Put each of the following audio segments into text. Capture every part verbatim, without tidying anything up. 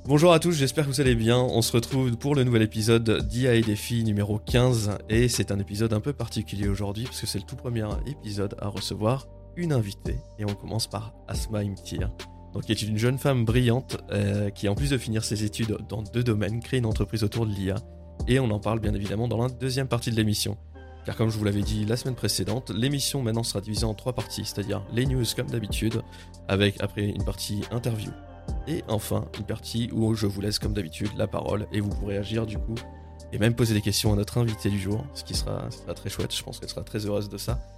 Bonjour à tous, j'espère que vous allez bien. On se retrouve pour le nouvel épisode d'I A et Défi numéro quinze. Et c'est un épisode un peu particulier aujourd'hui parce que c'est le tout premier épisode à recevoir une invitée. Et on commence par Asma Imtir, donc, qui est une jeune femme brillante euh, qui, en plus de finir ses études dans deux domaines, crée une entreprise autour de l'I A. Et on en parle bien évidemment dans la deuxième partie de l'émission. Car comme je vous l'avais dit la semaine précédente, l'émission maintenant sera divisée en trois parties, c'est-à-dire les news comme d'habitude, avec après une partie interview. Et enfin, une partie où je vous laisse comme d'habitude la parole et vous pourrez agir du coup et même poser des questions à notre invité du jour, ce qui sera, sera très chouette, je pense qu'elle sera très heureuse de ça.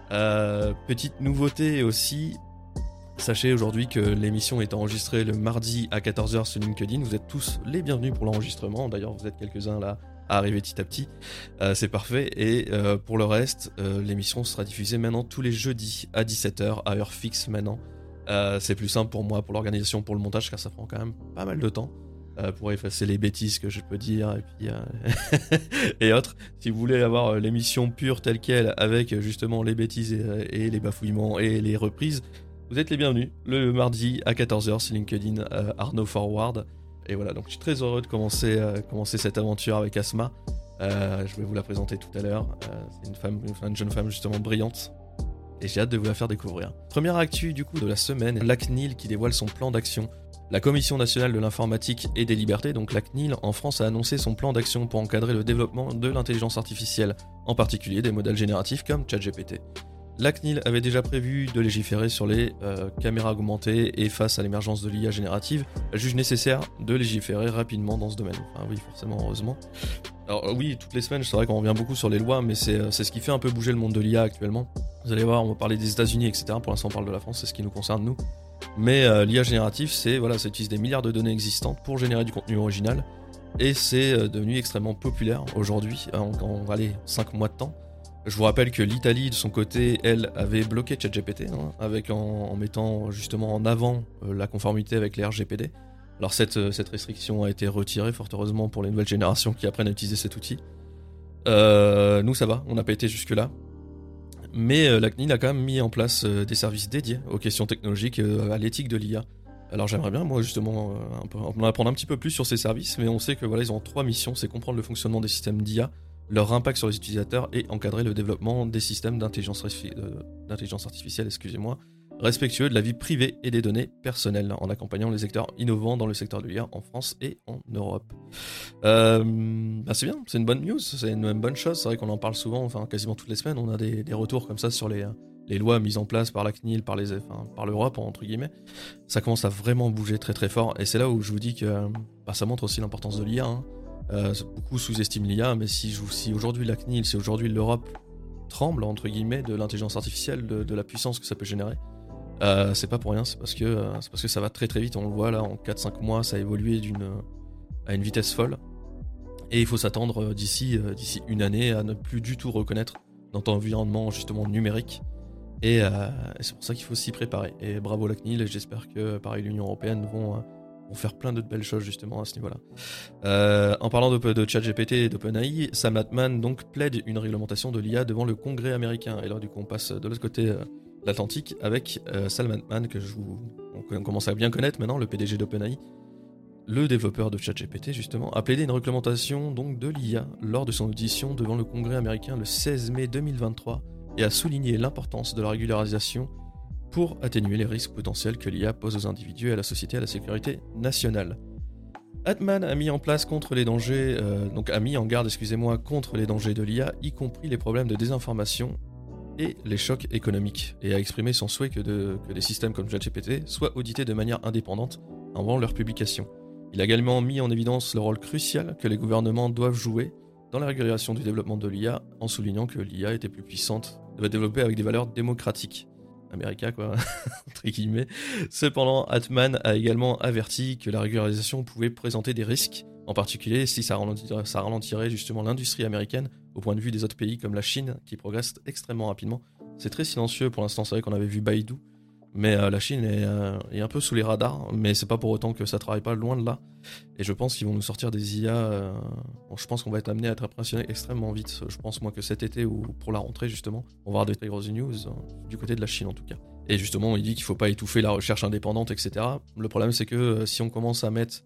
Euh, petite nouveauté aussi, sachez aujourd'hui que l'émission est enregistrée le mardi à quatorze heures sur LinkedIn, vous êtes tous les bienvenus pour l'enregistrement, d'ailleurs vous êtes quelques-uns là à arriver petit à petit, euh, c'est parfait, et euh, pour le reste, euh, l'émission sera diffusée maintenant tous les jeudis à dix-sept heures, à heure fixe maintenant. Euh, c'est plus simple pour moi, pour l'organisation, pour le montage, car ça prend quand même pas mal de temps euh, pour effacer les bêtises que je peux dire et puis euh, et autres. Si vous voulez avoir euh, l'émission pure telle quelle avec justement les bêtises et, et les bafouillements et les reprises, vous êtes les bienvenus. Le mardi à quatorze heures sur LinkedIn, euh, Arnaud Forward. Et voilà, donc je suis très heureux de commencer, euh, commencer cette aventure avec Asma. Euh, je vais vous la présenter tout à l'heure. Euh, c'est une femme, une jeune femme justement brillante. Et j'ai hâte de vous la faire découvrir. Première actu du coup de la semaine, la C N I L qui dévoile son plan d'action. La Commission nationale de l'informatique et des libertés, donc la C N I L, en France a annoncé son plan d'action pour encadrer le développement de l'intelligence artificielle, en particulier des modèles génératifs comme ChatGPT. La C N I L avait déjà prévu de légiférer sur les euh, caméras augmentées et face à l'émergence de l'I A générative, elle juge nécessaire de légiférer rapidement dans ce domaine. Enfin oui, forcément, heureusement. Alors oui, toutes les semaines, c'est vrai qu'on revient beaucoup sur les lois, mais c'est, c'est ce qui fait un peu bouger le monde de l'I A actuellement. Vous allez voir, on va parler des États-Unis, et cetera. Pour l'instant, on parle de la France, c'est ce qui nous concerne nous. Mais euh, l'I A générative, c'est voilà, ça utilise des milliards de données existantes pour générer du contenu original, et c'est euh, devenu extrêmement populaire aujourd'hui, en, en allez, cinq mois de temps. Je vous rappelle que l'Italie, de son côté, elle, avait bloqué ChatGPT, hein, avec en, en mettant justement en avant euh, la conformité avec les R G P D. Alors cette, cette restriction a été retirée, fort heureusement pour les nouvelles générations qui apprennent à utiliser cet outil. Euh, nous ça va, on n'a pas été jusque là. Mais euh, la C N I L a quand même mis en place euh, des services dédiés aux questions technologiques, euh, à l'éthique de l'I A. Alors j'aimerais bien moi justement euh, un peu, en apprendre un petit peu plus sur ces services, mais on sait que voilà, ils ont trois missions, c'est comprendre le fonctionnement des systèmes d'I A, leur impact sur les utilisateurs et encadrer le développement des systèmes d'intelligence, euh, d'intelligence artificielle, excusez-moi, respectueux de la vie privée et des données personnelles, en accompagnant les acteurs innovants dans le secteur de l'I A en France et en Europe. Euh, bah c'est bien, c'est une bonne news, c'est une, une bonne chose, c'est vrai qu'on en parle souvent, enfin quasiment toutes les semaines, on a des, des retours comme ça sur les, les lois mises en place par la C N I L, par, les, enfin, par l'Europe, entre guillemets. Ça commence à vraiment bouger très très fort, et c'est là où je vous dis que bah, ça montre aussi l'importance de l'I A, hein. Euh, beaucoup sous-estiment l'I A, mais si, je, si aujourd'hui la C N I L, si aujourd'hui l'Europe tremble, entre guillemets, de l'intelligence artificielle, de, de la puissance que ça peut générer, euh, c'est pas pour rien, c'est parce, que, euh, c'est parce que ça va très très vite, on le voit là, en quatre cinq mois, ça a évolué d'une, à une vitesse folle, et il faut s'attendre d'ici, euh, d'ici une année à ne plus du tout reconnaître dans ton environnement justement numérique, et, euh, et c'est pour ça qu'il faut s'y préparer, et bravo la C N I L, et j'espère que pareil l'Union Européenne vont... Euh, vont faire plein d'autres belles choses justement à ce niveau-là. Euh, en parlant de, de ChatGPT et d'OpenAI, Sam Altman donc plaide une réglementation de l'I A devant le Congrès américain. Et là du coup on passe de l'autre côté euh, de l'Atlantique avec euh, Sam Altman, que je vous, on, on commence à bien connaître maintenant, le P D G d'OpenAI, le développeur de ChatGPT justement, a plaidé une réglementation donc de l'I A lors de son audition devant le Congrès américain le seize mai deux mille vingt-trois et a souligné l'importance de la régularisation pour atténuer les risques potentiels que l'I A pose aux individus et à la société et à la sécurité nationale. Altman a mis en place contre les dangers, euh, donc a mis en garde, excusez-moi, contre les dangers de l'I A, y compris les problèmes de désinformation et les chocs économiques, et a exprimé son souhait que, de, que des systèmes comme ChatGPT soient audités de manière indépendante avant leur publication. Il a également mis en évidence le rôle crucial que les gouvernements doivent jouer dans la régulation du développement de l'I A, en soulignant que l'I A était plus puissante, doit développer avec des valeurs démocratiques. Américain quoi, entre guillemets. Cependant, Altman a également averti que la régularisation pouvait présenter des risques, en particulier si ça ralentirait, ça ralentirait justement l'industrie américaine au point de vue des autres pays comme la Chine, qui progresse extrêmement rapidement. C'est très silencieux pour l'instant, c'est vrai qu'on avait vu Baidu, mais euh, la Chine est, euh, est un peu sous les radars, mais c'est pas pour autant que ça travaille pas, loin de là. Et je pense qu'ils vont nous sortir des I A, euh, bon, je pense qu'on va être amené à être impressionné extrêmement vite. Je pense moi que cet été ou pour la rentrée justement, on va avoir des très grosses news, euh, du côté de la Chine en tout cas. Et justement, il dit qu'il faut pas étouffer la recherche indépendante, et cetera. Le problème c'est que euh, si on commence à mettre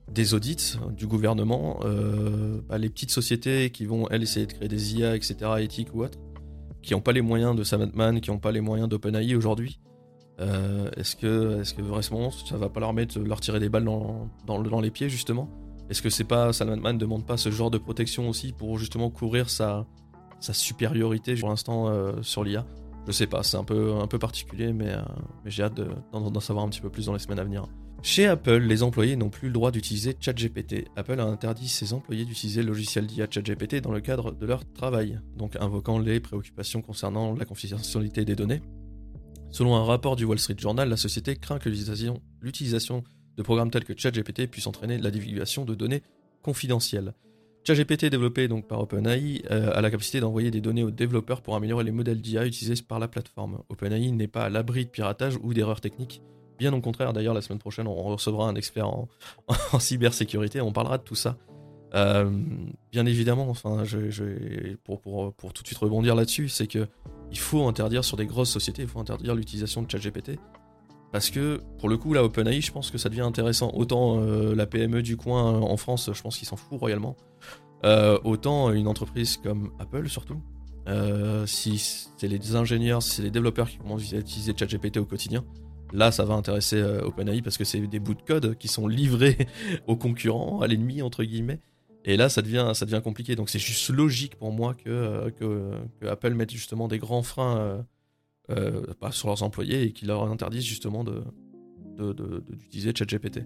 des audits du gouvernement, euh, bah, les petites sociétés qui vont, elles, essayer de créer des I A, et cetera, éthiques ou autres, qui n'ont pas les moyens de Sam Altman, qui n'ont pas les moyens d'OpenAI aujourd'hui, euh, est-ce que, est-ce que vraiment ça va pas leur mettre, leur tirer des balles dans, dans, dans les pieds, justement? Est-ce que c'est pas, Sam Altman ne demande pas ce genre de protection aussi pour justement couvrir sa, sa supériorité pour l'instant euh, sur l'I A? Je sais pas, c'est un peu, un peu particulier, mais, euh, mais j'ai hâte de, d'en, d'en savoir un petit peu plus dans les semaines à venir. Chez Apple, les employés n'ont plus le droit d'utiliser ChatGPT. Apple a interdit ses employés d'utiliser le logiciel d'I A ChatGPT dans le cadre de leur travail, donc invoquant les préoccupations concernant la confidentialité des données. Selon un rapport du Wall Street Journal, la société craint que l'utilisation, l'utilisation de programmes tels que ChatGPT puisse entraîner la divulgation de données confidentielles. ChatGPT, développé donc par OpenAI, euh, a la capacité d'envoyer des données aux développeurs pour améliorer les modèles d'I A utilisés par la plateforme. OpenAI n'est pas à l'abri de piratage ou d'erreurs techniques. Bien au contraire, d'ailleurs, la semaine prochaine, on recevra un expert en, en cybersécurité, on parlera de tout ça. Euh, bien évidemment, enfin, je, je, pour, pour, pour tout de suite rebondir là-dessus, c'est que il faut interdire sur des grosses sociétés, il faut interdire l'utilisation de ChatGPT. Parce que, pour le coup, là, OpenAI, je pense que ça devient intéressant. Autant euh, la P M E du coin euh, en France, je pense qu'ils s'en foutent royalement. Euh, autant une entreprise comme Apple, surtout. Euh, si c'est les ingénieurs, si c'est les développeurs qui commencent à utiliser ChatGPT au quotidien, là, ça va intéresser euh, OpenAI parce que c'est des bouts de code qui sont livrés aux concurrents, à l'ennemi, entre guillemets. Et là, ça devient, ça devient compliqué. Donc, c'est juste logique pour moi que, euh, que, que Apple mette justement des grands freins euh, euh, bah, sur leurs employés et qu'ils leur interdisent justement de, de, de, de, d'utiliser ChatGPT.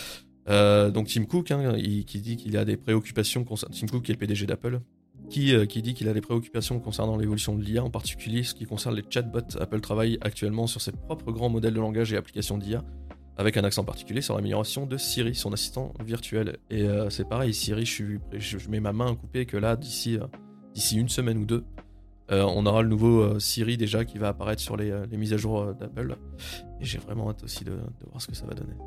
Euh, donc, Tim Cook, hein, il, qui dit qu'il a des préoccupations concernant... Tim Cook, qui est le P D G d'Apple, Qui, euh, qui dit qu'il a des préoccupations concernant l'évolution de l'I A, en particulier ce qui concerne les chatbots. Apple travaille actuellement sur ses propres grands modèles de langage et applications d'I A, avec un accent particulier sur l'amélioration de Siri, son assistant virtuel. Et euh, c'est pareil, Siri, je, suis, je, je mets ma main à couper que là, d'ici, euh, d'ici une semaine ou deux, euh, on aura le nouveau euh, Siri déjà qui va apparaître sur les, les mises à jour euh, d'Apple. Et j'ai vraiment hâte aussi de, de voir ce que ça va donner.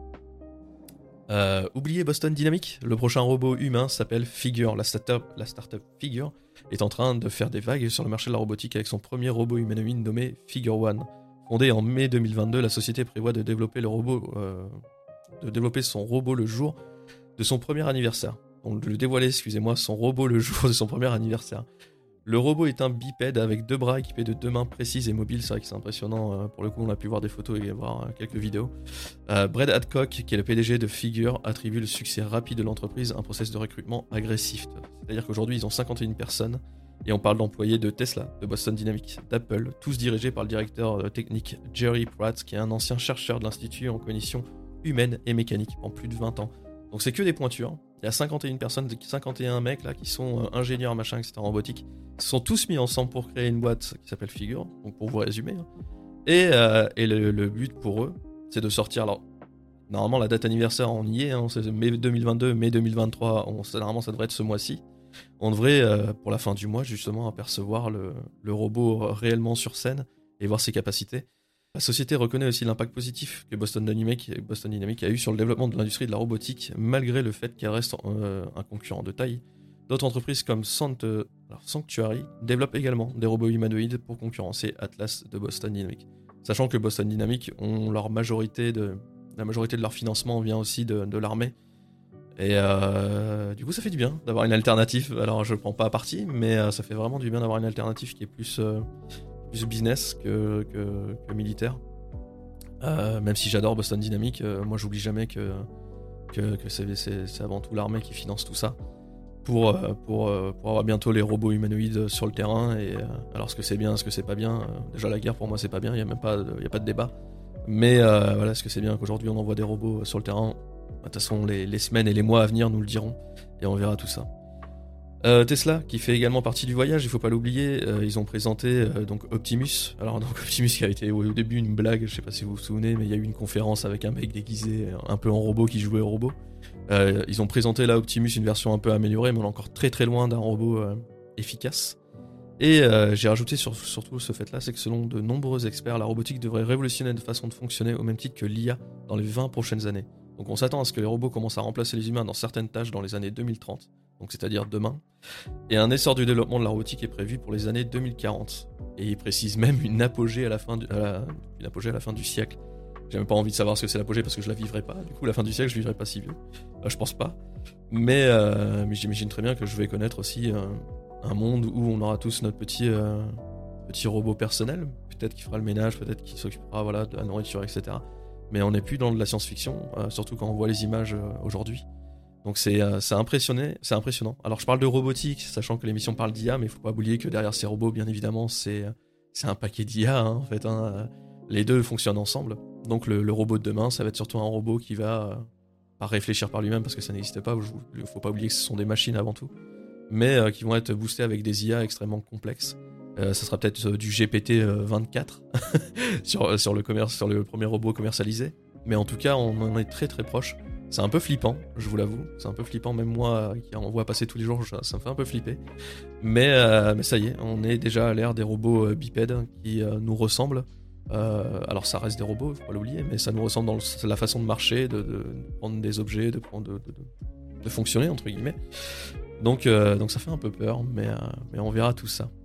Euh, oubliez Boston Dynamics, le prochain robot humain s'appelle Figure. La startup, la startup Figure est en train de faire des vagues sur le marché de la robotique avec son premier robot humanoïde nommé Figure One. Fondée en mai deux mille vingt-deux, la société prévoit de développer, le robot, euh, de développer son robot le jour de son premier anniversaire. Donc de le dévoiler, excusez-moi, son robot le jour de son premier anniversaire. Le robot est un bipède avec deux bras équipés de deux mains précises et mobiles. C'est vrai que c'est impressionnant. Pour le coup, on a pu voir des photos et voir quelques vidéos. Euh, Brad Hadcock, qui est le P D G de Figure, attribue le succès rapide de l'entreprise à un processus de recrutement agressif. C'est-à-dire qu'aujourd'hui, ils ont cinquante et une personnes et on parle d'employés de Tesla, de Boston Dynamics, d'Apple, tous dirigés par le directeur technique Jerry Pratt, qui est un ancien chercheur de l'Institut en cognition humaine et mécanique en plus de vingt ans. Donc c'est que des pointures. Il y a cinquante et une personnes, cinquante et un mecs là qui sont euh, ingénieurs, machin, et cetera en robotique. Ils se sont tous mis ensemble pour créer une boîte qui s'appelle Figure, donc pour vous résumer. Hein. Et, euh, et le, le but pour eux, c'est de sortir. Alors, normalement, la date anniversaire, on y est, hein, c'est mai deux mille vingt-deux, mai deux mille vingt-trois, on, normalement ça devrait être ce mois-ci. On devrait, euh, pour la fin du mois, justement, apercevoir le, le robot réellement sur scène et voir ses capacités. La société reconnaît aussi l'impact positif que Boston Dynamics, Boston Dynamics a eu sur le développement de l'industrie de la robotique, malgré le fait qu'elle reste euh, un concurrent de taille. D'autres entreprises comme Sant- alors Sanctuary développent également des robots humanoïdes pour concurrencer Atlas de Boston Dynamics. Sachant que Boston Dynamics ont leur majorité de, la majorité de leur financement vient aussi de, de l'armée. Et euh, du coup, ça fait du bien d'avoir une alternative. Alors, je prends pas parti, mais euh, ça fait vraiment du bien d'avoir une alternative qui est plus... Euh, plus business que, que, que militaire. Euh, même si j'adore Boston Dynamics, euh, moi j'oublie jamais que, que, que c'est, c'est, c'est avant tout l'armée qui finance tout ça pour, euh, pour, euh, pour avoir bientôt les robots humanoïdes sur le terrain. Et, euh, alors ce que c'est bien, ce que c'est pas bien, euh, déjà la guerre pour moi c'est pas bien, il n'y a même pas de, y a pas de débat. Mais euh, voilà, ce que c'est bien qu'aujourd'hui on envoie des robots sur le terrain. De toute façon, les, les semaines et les mois à venir nous le diront et on verra tout ça. Euh, Tesla, qui fait également partie du voyage, il faut pas l'oublier, euh, ils ont présenté euh, donc Optimus. Alors donc Optimus qui a été au, au début une blague, je sais pas si vous vous souvenez, mais il y a eu une conférence avec un mec déguisé un peu en robot qui jouait au robot. Euh, ils ont présenté là Optimus, une version un peu améliorée, mais on est encore très très loin d'un robot euh, efficace. Et euh, j'ai rajouté sur, surtout ce fait-là, c'est que selon de nombreux experts, la robotique devrait révolutionner notre façon de fonctionner au même titre que l'I A dans les vingt prochaines années. Donc on s'attend à ce que les robots commencent à remplacer les humains dans certaines tâches dans les années deux mille trente, donc c'est-à-dire demain. Et un essor du développement de la robotique est prévu pour les années deux mille quarante. Et il précise même une apogée à la fin du, à la, une apogée à la fin du siècle. J'ai même pas envie de savoir ce que c'est l'apogée parce que je la vivrai pas. Du coup, la fin du siècle, je vivrai pas si vieux. Euh, je pense pas. Mais, euh, mais j'imagine très bien que je vais connaître aussi euh, un monde où on aura tous notre petit, euh, petit robot personnel. Peut-être qu'il fera le ménage, peut-être qu'il s'occupera voilà, de la nourriture, et cetera. Mais on n'est plus dans de la science-fiction, euh, surtout quand on voit les images euh, aujourd'hui. Donc c'est, euh, c'est, impressionné, c'est impressionnant. Alors je parle de robotique, sachant que l'émission parle d'I A, mais il faut pas oublier que derrière ces robots, bien évidemment, c'est, c'est un paquet d'I A, hein, en fait. Hein. Les deux fonctionnent ensemble. Donc le, le robot de demain, ça va être surtout un robot qui va euh, pas réfléchir par lui-même, parce que ça n'existe pas. Il ne faut pas oublier que ce sont des machines avant tout. Mais euh, qui vont être boostés avec des I A extrêmement complexes. Euh, ça sera peut-être euh, du G P T vingt-quatre sur, sur, le commerce, sur le premier robot commercialisé. Mais en tout cas, on en est très très proche. C'est un peu flippant, je vous l'avoue. C'est un peu flippant, même moi qui en vois passer tous les jours, ça me fait un peu flipper. Mais, euh, mais ça y est, on est déjà à l'ère des robots euh, bipèdes qui euh, nous ressemblent. Euh, alors ça reste des robots, faut pas l'oublier, mais ça nous ressemble dans le, la façon de marcher, de, de prendre des objets, de, prendre, de, de, de, de fonctionner, entre guillemets. Donc, euh, donc ça fait un peu peur, mais, euh, mais on verra tout ça.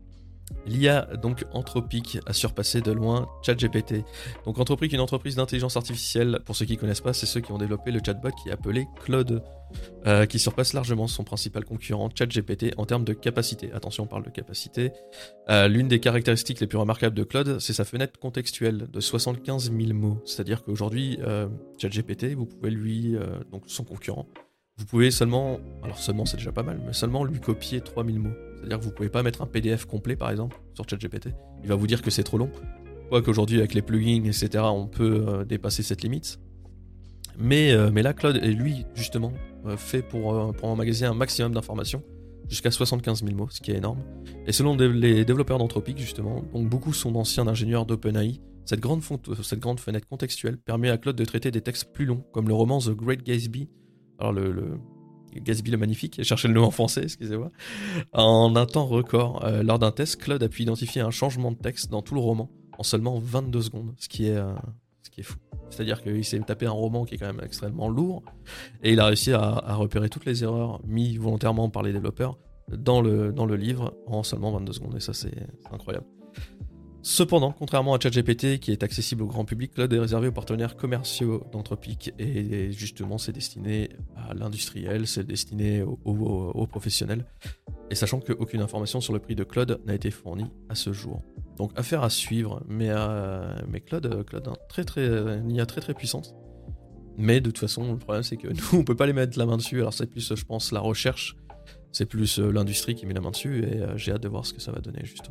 L'I A, donc Anthropic, a surpassé de loin ChatGPT. Donc Anthropic, une entreprise d'intelligence artificielle, pour ceux qui ne connaissent pas, c'est ceux qui ont développé le chatbot qui est appelé Claude, euh, qui surpasse largement son principal concurrent ChatGPT en termes de capacité. Attention, on parle de capacité. Euh, l'une des caractéristiques les plus remarquables de Claude, c'est sa fenêtre contextuelle de soixante-quinze mille mots. C'est-à-dire qu'aujourd'hui, euh, ChatGPT, vous pouvez lui, euh, donc son concurrent, vous pouvez seulement, alors seulement c'est déjà pas mal, mais seulement lui copier trois mille mots. C'est-à-dire que vous pouvez pas mettre un P D F complet par exemple sur ChatGPT. Il va vous dire que c'est trop long. Quoi qu'aujourd'hui avec les plugins, et cetera, on peut euh, dépasser cette limite. Mais, euh, mais là, Claude est lui justement euh, fait pour, euh, pour emmagasiner un maximum d'informations, jusqu'à soixante-quinze mille mots, ce qui est énorme. Et selon les développeurs d'Anthropic justement, donc beaucoup sont d'anciens ingénieurs d'OpenAI, cette grande, font- cette grande fenêtre contextuelle permet à Claude de traiter des textes plus longs, comme le roman The Great Gatsby. Alors le, le Gatsby le Magnifique, cherchez le nom en français, excusez-moi. En un temps record, euh, lors d'un test, Claude a pu identifier un changement de texte dans tout le roman en seulement vingt-deux secondes, ce qui est, euh, ce qui est fou. C'est-à-dire qu'il s'est tapé un roman qui est quand même extrêmement lourd, et il a réussi à, à repérer toutes les erreurs mises volontairement par les développeurs dans le, dans le livre en seulement vingt-deux secondes, et ça c'est, c'est incroyable. Cependant, contrairement à ChatGPT qui est accessible au grand public, Claude est réservé aux partenaires commerciaux d'Anthropic et justement c'est destiné à l'industriel, c'est destiné aux, aux, aux professionnels. Et sachant qu'aucune information sur le prix de Claude n'a été fournie à ce jour. Donc affaire à suivre, mais, euh, mais Claude, Claude très très, une I A très très puissante. Mais de toute façon, le problème c'est que nous on peut pas les mettre la main dessus, alors c'est plus je pense la recherche, c'est plus l'industrie qui met la main dessus et euh, j'ai hâte de voir ce que ça va donner justement.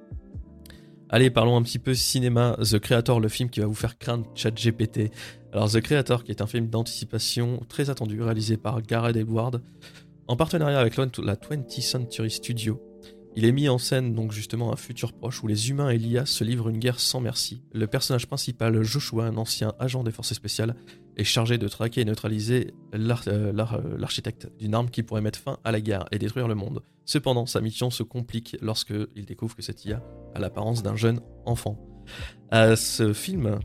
Allez, parlons un petit peu cinéma. The Creator, le film qui va vous faire craindre ChatGPT. Alors The Creator, qui est un film d'anticipation très attendu, réalisé par Gareth Edwards, en partenariat avec la twentieth Century Studio. Il est mis en scène donc justement un futur proche où les humains et l'I A se livrent une guerre sans merci. Le personnage principal, Joshua, un ancien agent des forces spéciales, est chargé de traquer et neutraliser l'ar- euh, l'ar- euh, l'architecte d'une arme qui pourrait mettre fin à la guerre et détruire le monde. Cependant, sa mission se complique lorsqu'il découvre que cette I A a l'apparence d'un jeune enfant. Euh, ce film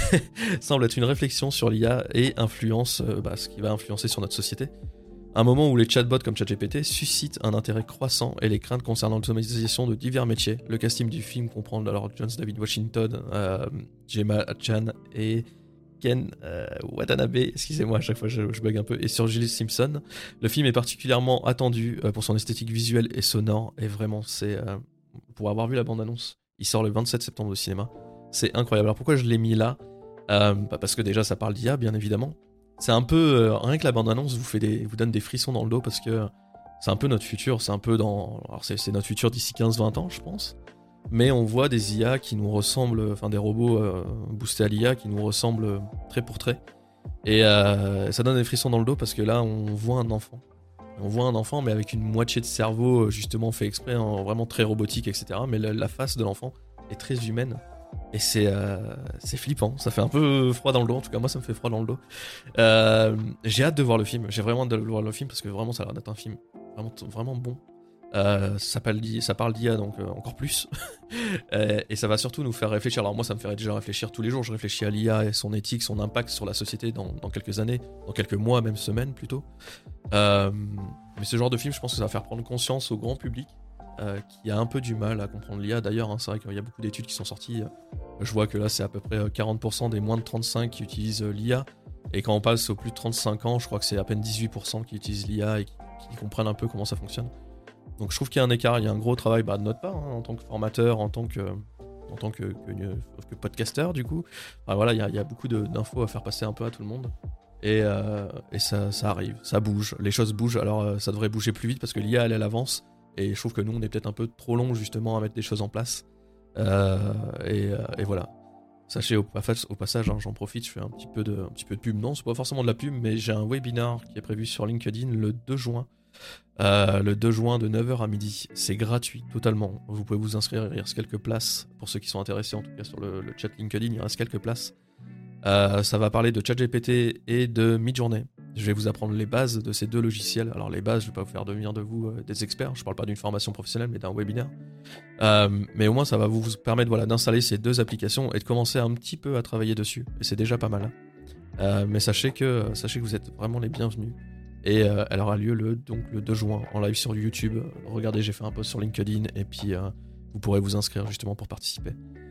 semble être une réflexion sur l'I A et influence euh, bah, ce qui va influencer sur notre société. Un moment où les chatbots comme ChatGPT suscitent un intérêt croissant et les craintes concernant l'automatisation de divers métiers. Le casting du film comprend alors John David Washington, euh, Gemma Chan et Ken euh, Watanabe, excusez-moi, à chaque fois je, je bug un peu, et sur Gilles Simpson. Le film est particulièrement attendu euh, pour son esthétique visuelle et sonore, et vraiment, c'est euh, pour avoir vu la bande-annonce, il sort le vingt-sept septembre au cinéma, c'est incroyable. Alors pourquoi je l'ai mis là euh, bah Parce que déjà ça parle d'I A, bien évidemment. C'est un peu, euh, rien que la bande-annonce vous, fait des, vous donne des frissons dans le dos, parce que c'est un peu notre futur, c'est un peu dans... Alors c'est, c'est notre futur d'ici quinze vingt ans, je pense. Mais on voit des I A qui nous ressemblent, enfin des robots euh, boostés à l'I A qui nous ressemblent trait pour trait. Et euh, ça donne des frissons dans le dos parce que là, on voit un enfant. On voit un enfant, mais avec une moitié de cerveau justement fait exprès, hein, vraiment très robotique, et cetera. Mais la, la face de l'enfant est très humaine. Et c'est, euh, c'est flippant, ça fait un peu froid dans le dos, en tout cas moi ça me fait froid dans le dos. Euh, j'ai hâte de voir le film, j'ai vraiment hâte de voir le film parce que vraiment ça a l'air d'être un film vraiment, vraiment bon. Euh, ça, parle d'I A, ça parle d'I A donc euh, encore plus euh, et ça va surtout nous faire réfléchir. Alors moi ça me ferait déjà réfléchir tous les jours, je réfléchis à l'I A et son éthique, son impact sur la société dans, dans quelques années, dans quelques mois, même semaines plutôt. Euh, mais ce genre de film je pense que ça va faire prendre conscience au grand public euh, qui a un peu du mal à comprendre l'I A d'ailleurs, hein. C'est vrai qu'il y a beaucoup d'études qui sont sorties, euh, Je vois que là, c'est à peu près quarante pour cent des moins de trente-cinq qui utilisent l'I A. Et quand on passe aux plus de trente-cinq ans, je crois que c'est à peine dix-huit pour cent qui utilisent l'I A et qui, qui comprennent un peu comment ça fonctionne. Donc je trouve qu'il y a un écart, il y a un gros travail bah, de notre part, hein, en tant que formateur, en tant que, en tant que, que, que podcasteur du coup. Enfin, voilà, il y, a, il y a beaucoup de, d'infos à faire passer un peu à tout le monde. Et, euh, et ça, ça arrive, ça bouge, les choses bougent. Alors euh, ça devrait bouger plus vite parce que l'I A elle, elle avance. Et je trouve que nous on est peut-être un peu trop long justement à mettre des choses en place. Euh, et, euh, et voilà. Sachez au, au passage, hein, j'en profite, je fais un petit, peu de, un petit peu de pub. Non, c'est pas forcément de la pub, mais j'ai un webinar qui est prévu sur LinkedIn le deux juin. Euh, le deux juin de neuf heures à midi. C'est gratuit, totalement. Vous pouvez vous inscrire, il reste quelques places. Pour ceux qui sont intéressés, en tout cas sur le, le chat LinkedIn, il reste quelques places. Euh, ça va parler de ChatGPT et de Midjourney. Je vais vous apprendre les bases de ces deux logiciels. Alors les bases, je vais pas vous faire devenir de vous euh, des experts. Je parle pas d'une formation professionnelle, mais d'un webinaire. Euh, mais au moins, ça va vous permettre voilà, d'installer ces deux applications et de commencer un petit peu à travailler dessus. Et c'est déjà pas mal. Hein. Euh, mais sachez que, sachez que vous êtes vraiment les bienvenus. Et euh, elle aura lieu le, donc, le deux juin en live sur YouTube. Regardez, j'ai fait un post sur LinkedIn et puis euh, vous pourrez vous inscrire justement pour participer.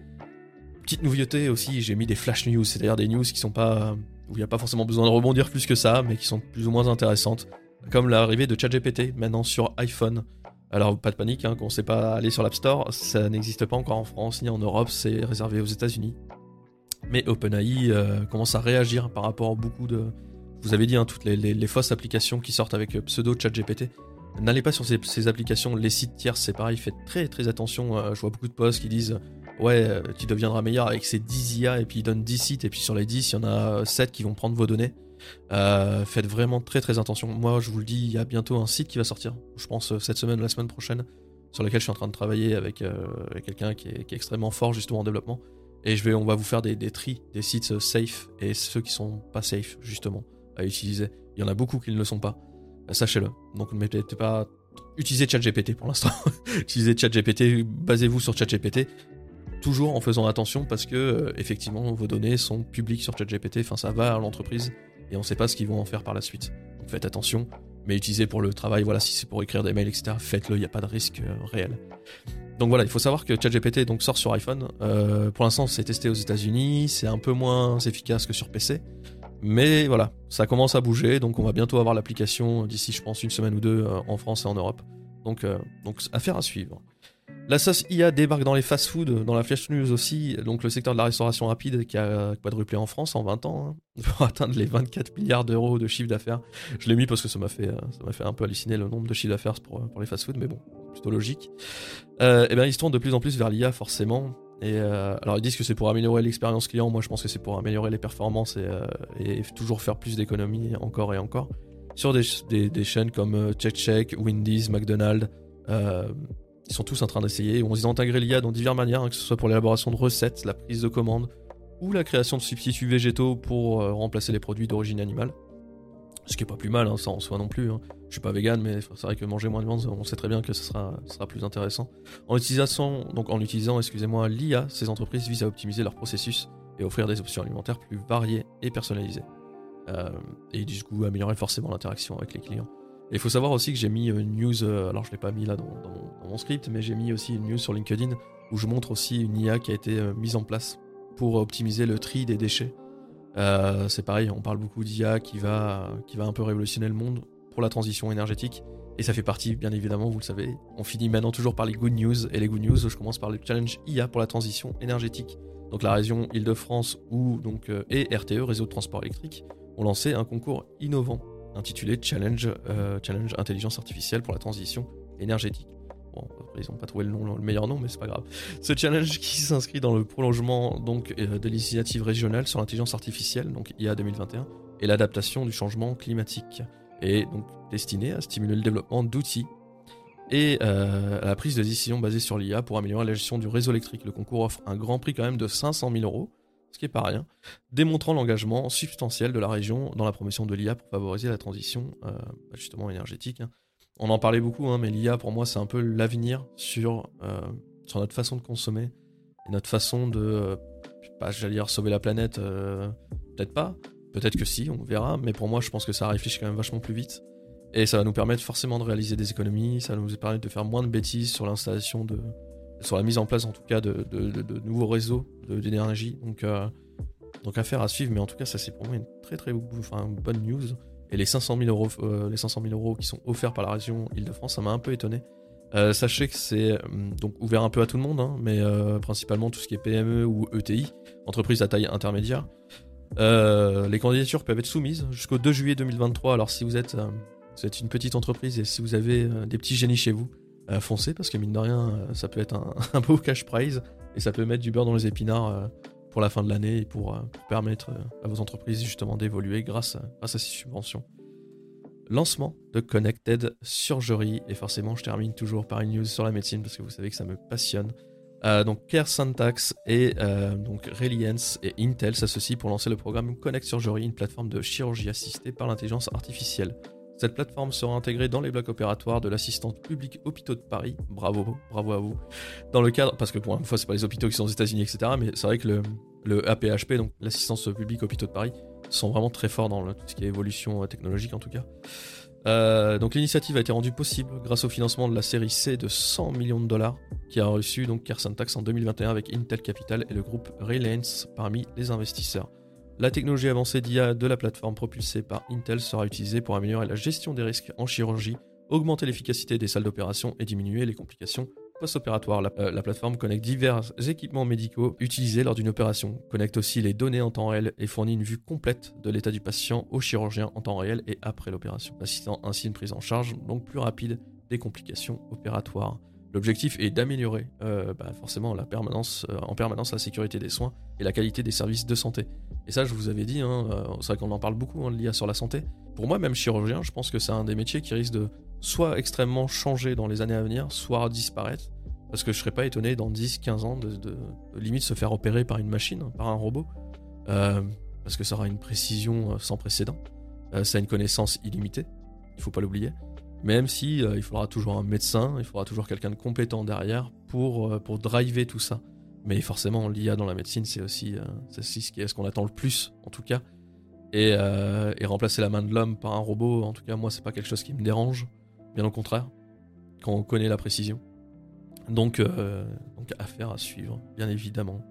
Petite nouveauté aussi, j'ai mis des flash news, c'est-à-dire des news qui sont pas, où il n'y a pas forcément besoin de rebondir plus que ça, mais qui sont plus ou moins intéressantes. Comme l'arrivée de ChatGPT maintenant sur iPhone. Alors pas de panique, hein, quand on ne sait pas aller sur l'App Store, ça n'existe pas encore en France ni en Europe, c'est réservé aux États-Unis. Mais OpenAI euh, commence à réagir par rapport à beaucoup de... Je vous avais dit, hein, toutes les, les, les fausses applications qui sortent avec pseudo ChatGPT. N'allez pas sur ces, ces applications, les sites tiers, c'est pareil, faites très très attention. Euh, je vois beaucoup de posts qui disent ouais, euh, tu deviendras meilleur avec ces dix I A, et puis ils donnent dix sites, et puis sur les dix, il y en a sept qui vont prendre vos données. Euh, faites vraiment très très attention. Moi, je vous le dis, il y a bientôt un site qui va sortir, je pense cette semaine ou la semaine prochaine, sur lequel je suis en train de travailler avec, euh, avec quelqu'un qui est, qui est extrêmement fort justement en développement. Et je vais, on va vous faire des, des tris, des sites safe, et ceux qui sont pas safe, justement, à utiliser. Il y en a beaucoup qui ne le sont pas. Sachez-le. Donc ne mettez pas... Utilisez ChatGPT pour l'instant. Utilisez ChatGPT, basez-vous sur ChatGPT. Toujours en faisant attention parce que, euh, effectivement, vos données sont publiques sur ChatGPT. Enfin, ça va à l'entreprise et on ne sait pas ce qu'ils vont en faire par la suite. Donc faites attention. Mais utilisez pour le travail, voilà, si c'est pour écrire des mails, et cetera, faites-le, il n'y a pas de risque euh, réel. Donc voilà, il faut savoir que ChatGPT donc, sort sur iPhone. Euh, pour l'instant, c'est testé aux États-Unis. C'est un peu moins efficace que sur P C. Mais voilà, ça commence à bouger, donc on va bientôt avoir l'application d'ici, je pense, une semaine ou deux euh, en France et en Europe. Donc, euh, donc affaire à suivre. La sauce I A débarque dans les fast-food, dans la flash news aussi, donc le secteur de la restauration rapide qui a quadruplé en France en vingt ans, hein, pour atteindre les vingt-quatre milliards d'euros de chiffre d'affaires. Je l'ai mis parce que ça m'a fait, ça m'a fait un peu halluciner le nombre de chiffres d'affaires pour, pour les fast-food, mais bon, plutôt logique. Euh, et bien ils se tournent de plus en plus vers l'I A forcément. Et euh, alors ils disent que c'est pour améliorer l'expérience client, moi je pense que c'est pour améliorer les performances et, euh, et toujours faire plus d'économies encore et encore. Sur des, des, des chaînes comme euh, Check Check, Wendy's, McDonald's, euh, ils sont tous en train d'essayer, on ils ont intégré l'I A dans diverses manières, hein, que ce soit pour l'élaboration de recettes, la prise de commande, ou la création de substituts végétaux pour euh, remplacer les produits d'origine animale. Ce qui est pas plus mal, hein, ça en soi non plus. Hein. Je suis pas vegan, mais c'est vrai que manger moins de viande, on sait très bien que ce sera, ce sera plus intéressant. En utilisant, donc en utilisant, excusez-moi, l'I A, ces entreprises visent à optimiser leur processus et offrir des options alimentaires plus variées et personnalisées. Euh, et du coup, améliorer forcément l'interaction avec les clients. Et il faut savoir aussi que j'ai mis une news, euh, alors je l'ai pas mis là dans, dans, mon, dans mon script, mais j'ai mis aussi une news sur LinkedIn où je montre aussi une I A qui a été euh, mise en place pour optimiser le tri des déchets. Euh, c'est pareil, on parle beaucoup d'I A qui va, qui va un peu révolutionner le monde pour la transition énergétique. Et ça fait partie, bien évidemment, vous le savez. On finit maintenant toujours par les good news. Et les good news, je commence par le challenge I A pour la transition énergétique. Donc la région Île-de-France ou, donc, euh, et R T E, Réseau de Transport Électrique, ont lancé un concours innovant intitulé Challenge, euh, Challenge Intelligence Artificielle pour la transition énergétique. Bon, ils n'ont pas trouvé le, nom, le meilleur nom, mais c'est pas grave. Ce challenge qui s'inscrit dans le prolongement donc, euh, de l'initiative régionale sur l'intelligence artificielle, donc I A deux mille vingt et un, et l'adaptation du changement climatique, et donc destiné à stimuler le développement d'outils et euh, à la prise de décision basée sur l'I A pour améliorer la gestion du réseau électrique. Le concours offre un grand prix quand même de cinq cent mille euros, ce qui est pas rien, démontrant l'engagement substantiel de la région dans la promotion de l'I A pour favoriser la transition euh, justement énergétique. Hein. On en parlait beaucoup, hein, mais l'I A pour moi c'est un peu l'avenir sur, euh, sur notre façon de consommer et notre façon de, euh, pas, j'allais dire sauver la planète, euh, peut-être pas, peut-être que si, on verra, mais pour moi je pense que ça réfléchit quand même vachement plus vite et ça va nous permettre forcément de réaliser des économies, ça va nous permettre de faire moins de bêtises sur l'installation de, sur la mise en place en tout cas de, de, de, de nouveaux réseaux de, d'énergie. Donc, euh, donc affaire à suivre, mais en tout cas ça c'est pour moi une très très enfin, une bonne news. Et les cinq cent mille euros, euh, les cinq cent mille euros qui sont offerts par la région Île-de-France, ça m'a un peu étonné. Euh, sachez que c'est euh, donc ouvert un peu à tout le monde, hein, mais euh, principalement tout ce qui est P M E ou E T I, entreprise à taille intermédiaire. Euh, les candidatures peuvent être soumises jusqu'au deux juillet deux mille vingt-trois. Alors si vous êtes, euh, vous êtes une petite entreprise et si vous avez euh, des petits génies chez vous, euh, foncez parce que mine de rien, euh, ça peut être un, un beau cash prize et ça peut mettre du beurre dans les épinards euh, pour la fin de l'année et pour, euh, pour permettre euh, à vos entreprises justement d'évoluer grâce à, grâce à ces subventions. Lancement de Connected Surgery, et forcément je termine toujours par une news sur la médecine parce que vous savez que ça me passionne. Euh, donc CareSyntax et euh, donc Reliance et Intel s'associent pour lancer le programme Connect Surgery, une plateforme de chirurgie assistée par l'intelligence artificielle. Cette plateforme sera intégrée dans les blocs opératoires de l'assistance publique Hôpitaux de Paris. Bravo, bravo à vous. Dans le cadre, parce que pour une fois c'est pas les hôpitaux qui sont aux États-Unis, et cetera. Mais c'est vrai que le, le A P H P, donc l'assistance publique Hôpitaux de Paris, sont vraiment très forts dans le, tout ce qui est évolution technologique en tout cas. Euh, donc l'initiative a été rendue possible grâce au financement de la série C de cent millions de dollars qui a reçu donc CareSyntax en deux mille vingt et un avec Intel Capital et le groupe Reliance parmi les investisseurs. La technologie avancée d'I A de la plateforme propulsée par Intel sera utilisée pour améliorer la gestion des risques en chirurgie, augmenter l'efficacité des salles d'opération et diminuer les complications post-opératoires. La, euh, la plateforme connecte divers équipements médicaux utilisés lors d'une opération, connecte aussi les données en temps réel et fournit une vue complète de l'état du patient au chirurgien en temps réel et après l'opération, assistant ainsi une prise en charge donc plus rapide des complications opératoires. L'objectif est d'améliorer euh, bah forcément la permanence, euh, en permanence la sécurité des soins et la qualité des services de santé. Et ça, je vous avais dit, hein, euh, c'est vrai qu'on en parle beaucoup, hein, l'I A sur la santé. Pour moi, même chirurgien, je pense que c'est un des métiers qui risque de soit extrêmement changer dans les années à venir, soit disparaître. Parce que je serais pas étonné dans dix à quinze ans de, de, de limite se faire opérer par une machine, par un robot. Euh, parce que ça aura une précision sans précédent. Euh, ça a une connaissance illimitée, il faut pas l'oublier. Même si euh, il faudra toujours un médecin, il faudra toujours quelqu'un de compétent derrière pour, euh, pour driver tout ça. Mais forcément, l'I A dans la médecine, c'est aussi, euh, c'est aussi ce, qui est, ce qu'on attend le plus, en tout cas. Et, euh, et remplacer la main de l'homme par un robot, en tout cas, moi, c'est pas quelque chose qui me dérange. Bien au contraire, quand on connaît la précision. Donc, euh, donc affaire à suivre, bien évidemment.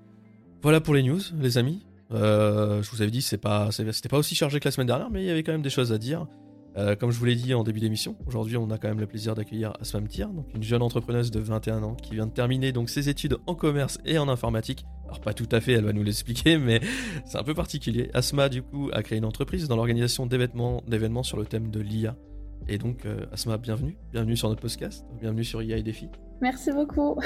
Voilà pour les news, les amis. Euh, je vous avais dit, c'est pas, c'était pas aussi chargé que la semaine dernière, mais il y avait quand même des choses à dire. Euh, comme je vous l'ai dit en début d'émission, aujourd'hui on a quand même le plaisir d'accueillir Asma Mtir, donc une jeune entrepreneuse de vingt et un ans qui vient de terminer donc ses études en commerce et en informatique. Alors pas tout à fait, elle va nous l'expliquer, mais c'est un peu particulier. Asma du coup a créé une entreprise dans l'organisation d'événements, d'événements sur le thème de l'I A. Et donc euh, Asma, bienvenue, bienvenue sur notre podcast, bienvenue sur I A et Défi. Merci beaucoup.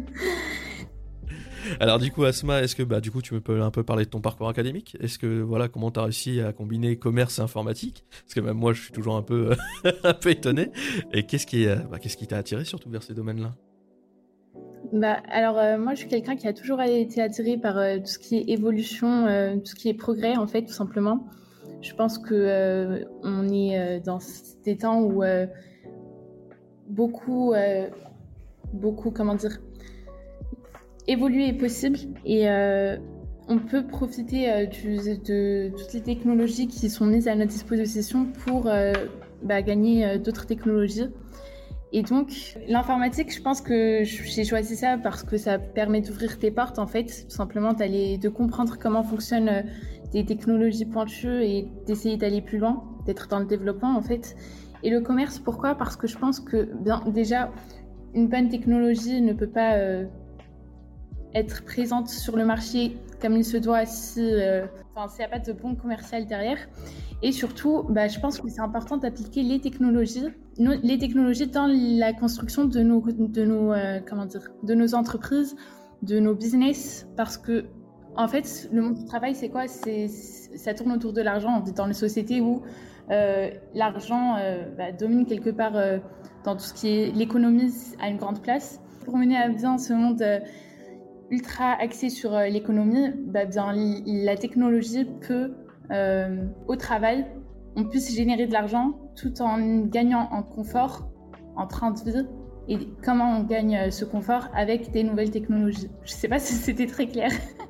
Alors du coup Asma, est-ce que bah du coup tu peux un peu parler de ton parcours académique ? Est-ce que voilà comment tu as réussi à combiner commerce et informatique ? Parce que même moi je suis toujours un peu un peu étonné. Et qu'est-ce qui est, bah, qu'est-ce qui t'a attiré surtout vers ces domaines-là ? Bah alors euh, moi je suis quelqu'un qui a toujours été attiré par euh, tout ce qui est évolution, euh, tout ce qui est progrès en fait tout simplement. Je pense que euh, on est euh, dans des temps où euh, beaucoup euh, beaucoup comment dire évoluer est possible et euh, on peut profiter euh, du, de toutes les technologies qui sont mises à notre disposition pour euh, bah, gagner euh, d'autres technologies. Et donc, l'informatique, je pense que j'ai choisi ça parce que ça permet d'ouvrir tes portes, en fait. Tout simplement, d'aller, de comprendre comment fonctionnent euh, des technologies pointues et d'essayer d'aller plus loin, d'être dans le développement, en fait. Et le commerce, pourquoi ? Parce que je pense que, bien, déjà, une bonne technologie ne peut pas... Euh, être présente sur le marché comme il se doit si euh, enfin, s'il n'y a pas de bon commercial derrière. Et surtout, bah, je pense que c'est important d'appliquer les technologies, nos, les technologies dans la construction de nos, de nos, euh, comment dire, de nos entreprises, de nos business, parce que en fait, le monde du travail, c'est quoi ? C'est, ça tourne autour de l'argent. On est dans les sociétés où euh, l'argent euh, bah, domine quelque part euh, dans tout ce qui est l'économie à une grande place. Pour mener à bien ce monde euh, ultra axé sur euh, l'économie, bah bien, la technologie peut, euh, au travail, on puisse générer de l'argent tout en gagnant en confort, en train de vie. Et comment on gagne ce confort avec des nouvelles technologies. Je ne sais pas si c'était très clair.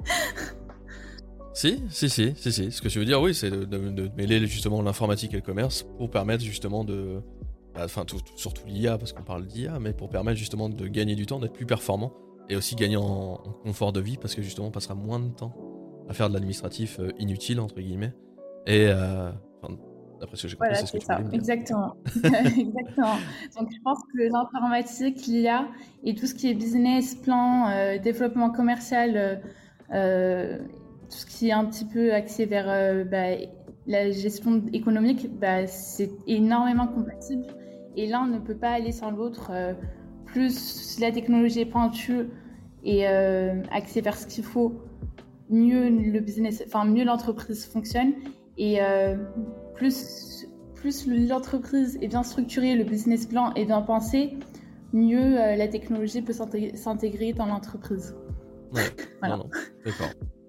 Si, si, si, si, si. Ce que je veux dire, oui, c'est de, de, de mêler justement l'informatique et le commerce pour permettre justement de, enfin tout, tout, surtout l'I A parce qu'on parle d'I A, mais pour permettre justement de gagner du temps, d'être plus performant et aussi gagner en, en confort de vie parce que justement on passera moins de temps à faire de l'administratif euh, inutile entre guillemets et euh, d'après ce que j'ai compris, Voilà, c'est ce que c'est tu ça, voulais me dire. exactement. Exactement. Donc, je pense que l'informatique, l'I A et tout ce qui est business, plan, euh, développement commercial, euh, euh, tout ce qui est un petit peu axé vers euh, bah, la gestion économique, bah, c'est énormément compatible. Et l'un ne peut pas aller sans l'autre. Euh, plus la technologie est pointue et euh, axée vers ce qu'il faut, mieux le business, enfin mieux l'entreprise fonctionne. Et euh, plus, plus l'entreprise est bien structurée, le business plan est bien pensé, mieux euh, la technologie peut s'intégrer, s'intégrer dans l'entreprise. Ouais, voilà. Non, non, d'accord.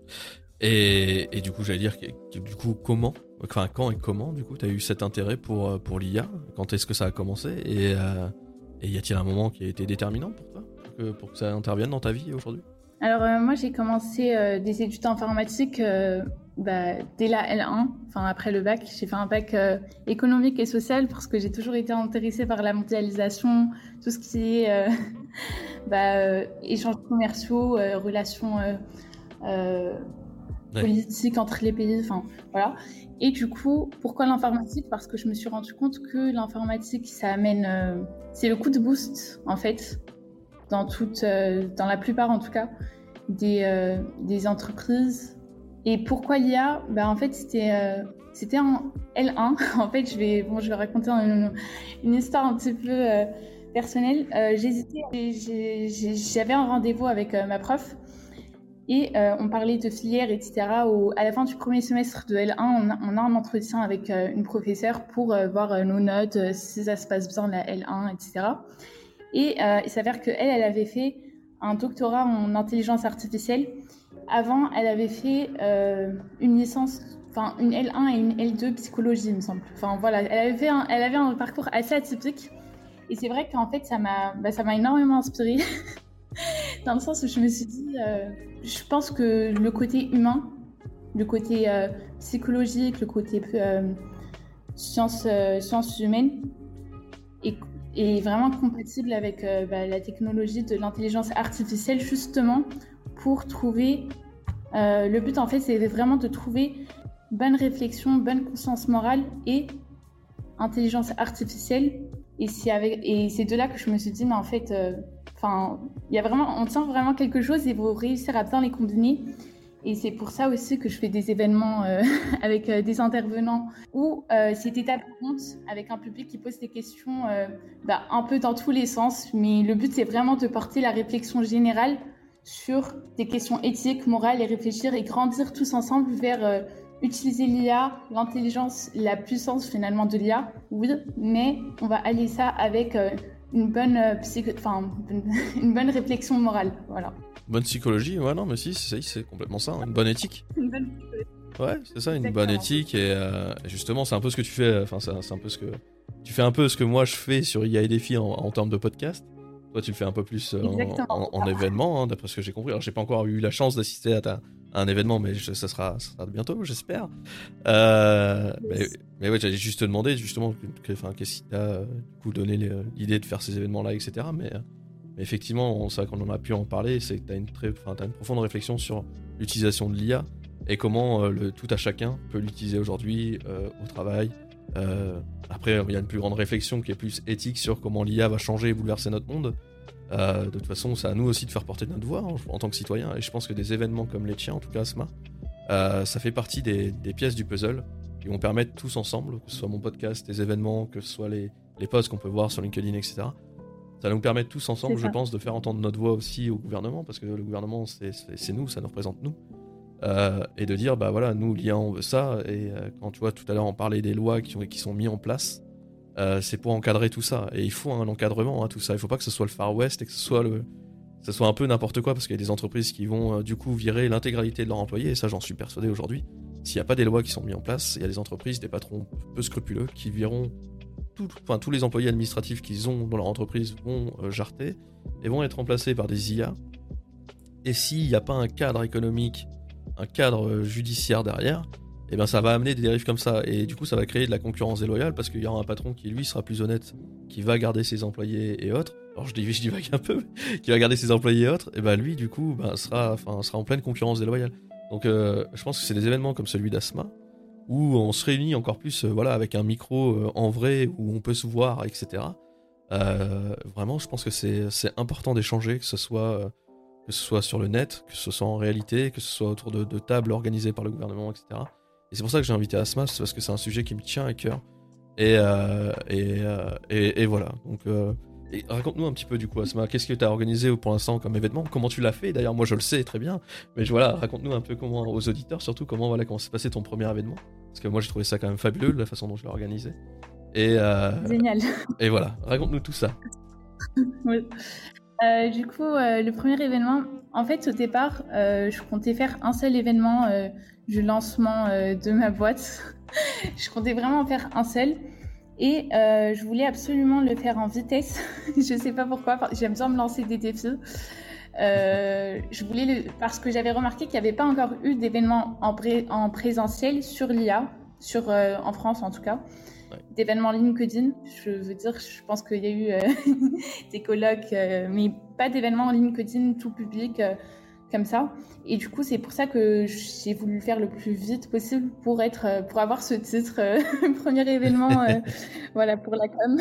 Et, et du coup, j'allais dire, que, que, du coup, comment, enfin, quand et comment, du coup, tu as eu cet intérêt pour, pour l'I A? Quand est-ce que ça a commencé? Et, euh, et y a-t-il un moment qui a été déterminant pour toi, pour que, pour que ça intervienne dans ta vie aujourd'hui? Alors, euh, moi, j'ai commencé euh, des études informatiques euh, bah, dès la L un, enfin après le bac. J'ai fait un bac euh, économique et social parce que j'ai toujours été intéressée par la mondialisation, tout ce qui est euh, bah, euh, échanges commerciaux, euh, relations euh, euh, ouais. politiques entre les pays, enfin voilà. Et du coup, pourquoi l'informatique? Parce que je me suis rendu compte que l'informatique, ça amène, euh, c'est le coup de boost en fait. Dans, toute, euh, dans la plupart en tout cas, des, euh, des entreprises. Et pourquoi l'I A? Ben, en fait, c'était, euh, c'était en L un. En fait, je vais, bon, je vais raconter une, une histoire un petit peu euh, personnelle. Euh, j'hésitais, j'ai, j'ai, j'avais un rendez-vous avec euh, ma prof et euh, on parlait de filière, et cetera. Au, à la fin du premier semestre de L un, on a, on a un entretien avec euh, une professeure pour euh, voir euh, nos notes, euh, si ça se passe bien la L un, et cetera. Et euh, il s'avère qu'elle, elle avait fait un doctorat en intelligence artificielle. Avant, elle avait fait euh, une licence, enfin une L un et une L deux psychologie, il me semble. Enfin voilà, elle avait, un, elle avait un parcours assez atypique. Et c'est vrai qu'en fait, ça m'a, bah, ça m'a énormément inspirée. Dans le sens où je me suis dit, euh, je pense que le côté humain, le côté euh, psychologique, le côté euh, sciences, euh, sciences humaines, et est vraiment compatible avec euh, bah, la technologie de l'intelligence artificielle, justement pour trouver euh, le but en fait c'est vraiment de trouver bonne réflexion, bonne conscience morale et intelligence artificielle. Et c'est avec et c'est de là que je me suis dit mais en fait enfin euh, il y a vraiment on tient vraiment quelque chose et il faut réussir à bien les combiner. Et c'est pour ça aussi que je fais des événements euh, avec euh, des intervenants où euh, c'est étape compte avec un public qui pose des questions euh, bah, un peu dans tous les sens. Mais le but, c'est vraiment de porter la réflexion générale sur des questions éthiques, morales et réfléchir et grandir tous ensemble vers euh, utiliser l'I A, l'intelligence, la puissance finalement de l'I A. Oui, mais on va allier ça avec euh, une bonne, euh, psycho... enfin, une bonne réflexion morale. Voilà. Bonne psychologie, ouais, non, mais si, c'est, c'est complètement ça, hein, une bonne éthique. Une bonne psychologie. Ouais, c'est ça, une Exactement. bonne éthique, et euh, justement, c'est un peu ce que tu fais, enfin, c'est, c'est un peu ce que. Tu fais un peu ce que moi je fais sur I A et Défi en, en termes de podcast. Toi, tu le fais un peu plus euh, en, en, en événement, hein, d'après ce que j'ai compris. Alors, j'ai pas encore eu la chance d'assister à, ta, à un événement, mais je, ça, sera, ça sera bientôt, j'espère. Euh, mais, mais ouais, j'allais juste te demander, justement, que, que, qu'est-ce qui t'a du coup donné l'idée de faire ces événements-là, et cetera. Mais. Mais effectivement, c'est vrai qu'on en a pu en parler, c'est que tu as une, très, t'as une profonde réflexion sur l'utilisation de l'I A et comment euh, le tout à chacun peut l'utiliser aujourd'hui euh, au travail. Euh, après, il y a une plus grande réflexion qui est plus éthique sur comment l'I A va changer et bouleverser notre monde. Euh, de toute façon, c'est à nous aussi de faire porter notre voix hein, en tant que citoyen. Et je pense que des événements comme les tiens, en tout cas Asma, euh, ça fait partie des, des pièces du puzzle qui vont permettre tous ensemble, que ce soit mon podcast, les événements, que ce soit les, les posts qu'on peut voir sur LinkedIn, et cetera. Ça va nous permettre tous ensemble, je pense, de faire entendre notre voix aussi au gouvernement, parce que le gouvernement, c'est, c'est, c'est nous, ça nous représente nous. Euh, et de dire, bah voilà, nous, l'I A, on veut ça. Et euh, quand tu vois, tout à l'heure, on parlait des lois qui, ont, qui sont mises en place, euh, c'est pour encadrer tout ça. Et il faut un encadrement à tout ça. Il ne faut pas que ce soit le Far West et que ce soit, le, que ce soit un peu n'importe quoi, parce qu'il y a des entreprises qui vont, euh, du coup, virer l'intégralité de leurs employés. Et ça, j'en suis persuadé aujourd'hui. S'il n'y a pas des lois qui sont mises en place, il y a des entreprises, des patrons peu scrupuleux qui viront. Tout, enfin, tous les employés administratifs qu'ils ont dans leur entreprise vont euh, jarter et vont être remplacés par des I A. Et s'il n'y a pas un cadre économique, un cadre euh, judiciaire derrière, et ben ça va amener des dérives comme ça. Et du coup, ça va créer de la concurrence déloyale parce qu'il y aura un patron qui, lui, sera plus honnête, qui va garder ses employés et autres. Alors, je, dis, je divague un peu, qui va garder ses employés et autres. Et ben lui, du coup, ben, sera, enfin, sera en pleine concurrence déloyale. Donc, euh, je pense que c'est des événements comme celui d'Asma où on se réunit encore plus, euh, voilà, avec un micro euh, en vrai, où on peut se voir, et cetera. Euh, vraiment, je pense que c'est, c'est important d'échanger, que ce soit... Euh, que ce soit sur le net, que ce soit en réalité, que ce soit autour de, de tables organisées par le gouvernement, et cetera. Et c'est pour ça que j'ai invité Asma, c'est parce que c'est un sujet qui me tient à cœur. Et, euh, et, euh, et, et voilà. Donc, euh, et raconte-nous un petit peu du coup, Asma, qu'est-ce que tu as organisé pour l'instant comme événement? Comment tu l'as fait? D'ailleurs, moi je le sais très bien, mais voilà, raconte-nous un peu comment, aux auditeurs surtout, comment, voilà, comment s'est passé ton premier événement. Parce que moi j'ai trouvé ça quand même fabuleux, la façon dont je l'ai organisé. Et, euh, Génial. Et voilà, raconte-nous tout ça. Oui. Euh, du coup, euh, le premier événement, en fait, au départ, euh, je comptais faire un seul événement euh, du lancement euh, de ma boîte. Je comptais vraiment en faire un seul. Et euh, je voulais absolument le faire en vitesse. Je sais pas pourquoi, j'aime bien me lancer des défis. Euh, je voulais le... Parce que j'avais remarqué qu'il n'y avait pas encore eu d'événement en, pré... en présentiel sur l'I A, sur, euh, en France en tout cas. Ouais. D'événements LinkedIn, je veux dire, je pense qu'il y a eu euh, des colloques, euh, mais pas d'événements LinkedIn tout public euh, comme ça. Et du coup, c'est pour ça que j'ai voulu le faire le plus vite possible pour être, euh, pour avoir ce titre euh, premier événement, euh, voilà, pour la com,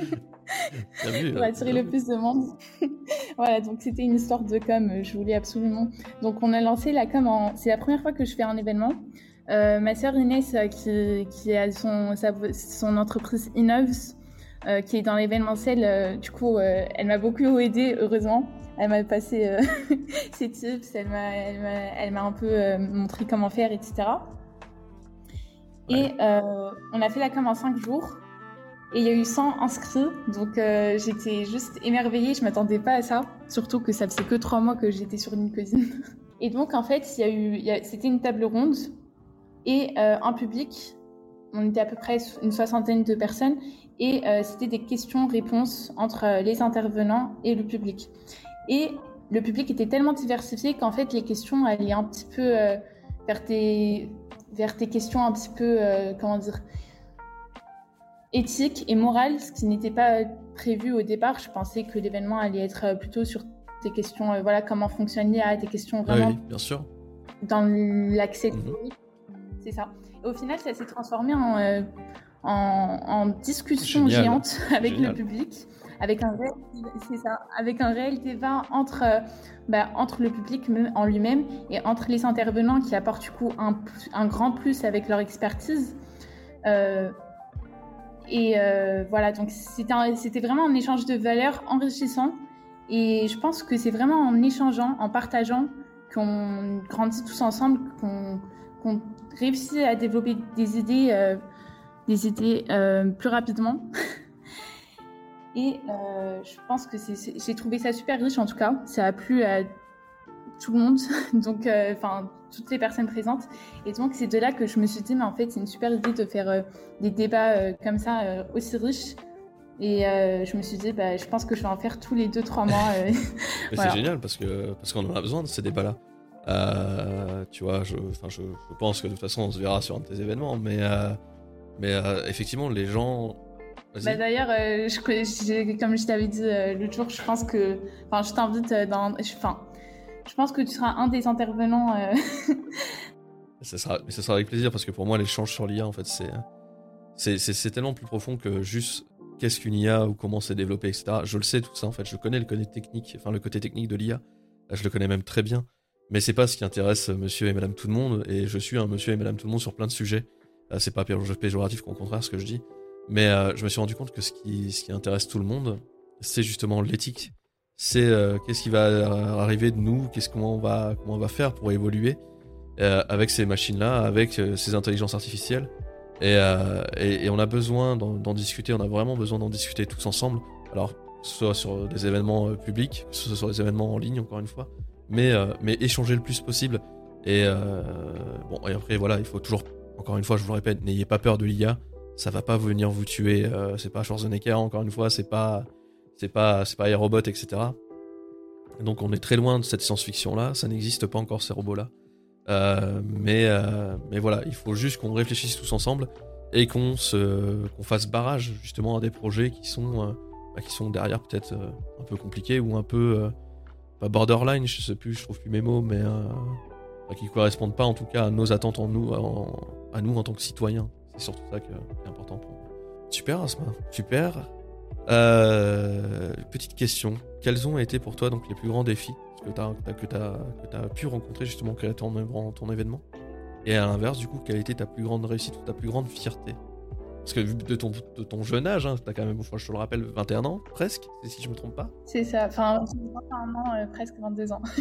vu, pour attirer le plus de monde. Voilà, donc c'était une histoire de com, je voulais absolument. Donc on a lancé la com, en... c'est la première fois que je fais un événement. Euh, ma sœur Inès, euh, qui, qui a son, sa, son entreprise Innoves, euh, qui est dans l'événementiel, euh, du coup, euh, elle m'a beaucoup aidée, heureusement. Elle m'a passé euh, ses tips, elle m'a, elle m'a, elle m'a un peu euh, montré comment faire, et cetera. Ouais. Et euh, on a fait la com en cinq jours. Et il y a eu cent inscrits, donc euh, j'étais juste émerveillée, je m'attendais pas à ça. Surtout que ça faisait que trois mois que j'étais sur LinkedIn. Et donc, en fait, il y a eu, il y a, c'était une table ronde. Et euh, en public, on était à peu près une soixantaine de personnes et euh, c'était des questions-réponses entre les intervenants et le public. Et le public était tellement diversifié qu'en fait, les questions allaient un petit peu euh, vers, des, vers des questions un petit peu, euh, comment dire, éthiques et morales, ce qui n'était pas prévu au départ. Je pensais que l'événement allait être plutôt sur des questions, euh, voilà, comment fonctionne l'I A, des questions vraiment oui, bien sûr. Dans l'accès technique. Mmh. C'est ça. Et au final, ça s'est transformé en, euh, en, en discussion Génial. géante avec Génial. le public, avec un réel, c'est ça, avec un réel débat entre, euh, bah, entre le public en lui-même et entre les intervenants qui apportent du coup un, un grand plus avec leur expertise. Euh, et euh, voilà, donc c'était, un, c'était vraiment un échange de valeurs enrichissant. Et je pense que c'est vraiment en échangeant, en partageant, qu'on grandit tous ensemble, qu'on qu'on réussit à développer des idées, euh, des idées euh, plus rapidement. Et euh, je pense que c'est, c'est, j'ai trouvé ça super riche en tout cas. Ça a plu à tout le monde, donc enfin euh, toutes les personnes présentes. Et donc c'est de là que je me suis dit, mais en fait c'est une super idée de faire euh, des débats euh, comme ça euh, aussi riches. Et euh, je me suis dit, bah, je pense que je vais en faire tous les deux trois mois. Euh, Mais voilà. C'est génial parce que parce qu'on en a besoin de ces débats-là. Euh, tu vois, je, je, je pense que de toute façon on se verra sur un de tes événements, mais, euh, mais euh, effectivement les gens... Bah d'ailleurs, euh, je, je, comme je t'avais dit euh, l'autre jour, je pense que... Enfin, je t'invite dans... Enfin, je pense que tu seras un des intervenants. Euh... ça sera, mais ça sera avec plaisir parce que pour moi l'échange sur l'I A, en fait, c'est, c'est, c'est, c'est tellement plus profond que juste qu'est-ce qu'une I A ou comment c'est développé, et cetera. Je le sais tout ça, en fait, je connais le côté technique, enfin le côté technique de l'I A, je le connais même très bien. Mais c'est pas ce qui intéresse monsieur et madame tout le monde, et je suis un monsieur et madame tout le monde sur plein de sujets. Euh, c'est pas péjoratif, au contraire, ce que je dis. Mais euh, je me suis rendu compte que ce qui, ce qui intéresse tout le monde, c'est justement l'éthique. C'est euh, qu'est-ce qui va arriver de nous, qu'est-ce comment on va, comment on va faire pour évoluer euh, avec ces machines-là, avec euh, ces intelligences artificielles. Et, euh, et, et on a besoin d'en, d'en discuter, on a vraiment besoin d'en discuter tous ensemble. Alors, que ce soit sur des événements euh, publics, que ce soit sur des événements en ligne, encore une fois. Mais, euh, mais échanger le plus possible. Et euh, bon, et après, voilà, il faut toujours, encore une fois, je vous le répète, n'ayez pas peur de l'I A. Ça va pas venir vous tuer. Euh, c'est pas Schwarzenegger, encore une fois, c'est pas, c'est pas, c'est pas iRobot, et cetera. Donc on est très loin de cette science-fiction-là. Ça n'existe pas encore, ces robots-là. Euh, mais, euh, mais voilà, il faut juste qu'on réfléchisse tous ensemble et qu'on, se, qu'on fasse barrage justement à des projets qui sont, euh, bah, qui sont derrière peut-être euh, un peu compliqués ou un peu euh, pas borderline, je sais plus, je trouve plus mes mots, mais euh, bah, qui correspondent pas en tout cas à nos attentes en nous, en, à nous en tant que citoyens. C'est surtout ça que, qui est important pour moi. Super Asma, super. Euh, petite question, quels ont été pour toi donc les plus grands défis que tu as que t'as, que t'as pu rencontrer justement créer ton, ton événement? Et à l'inverse, du coup, quelle a été ta plus grande réussite ou ta plus grande fierté? Parce que vu de ton, de ton jeune âge, hein, t'as quand même, enfin, je te le rappelle, vingt et un ans, presque, si je me trompe pas. C'est ça, enfin, vingt et un ans, euh, presque vingt-deux ans.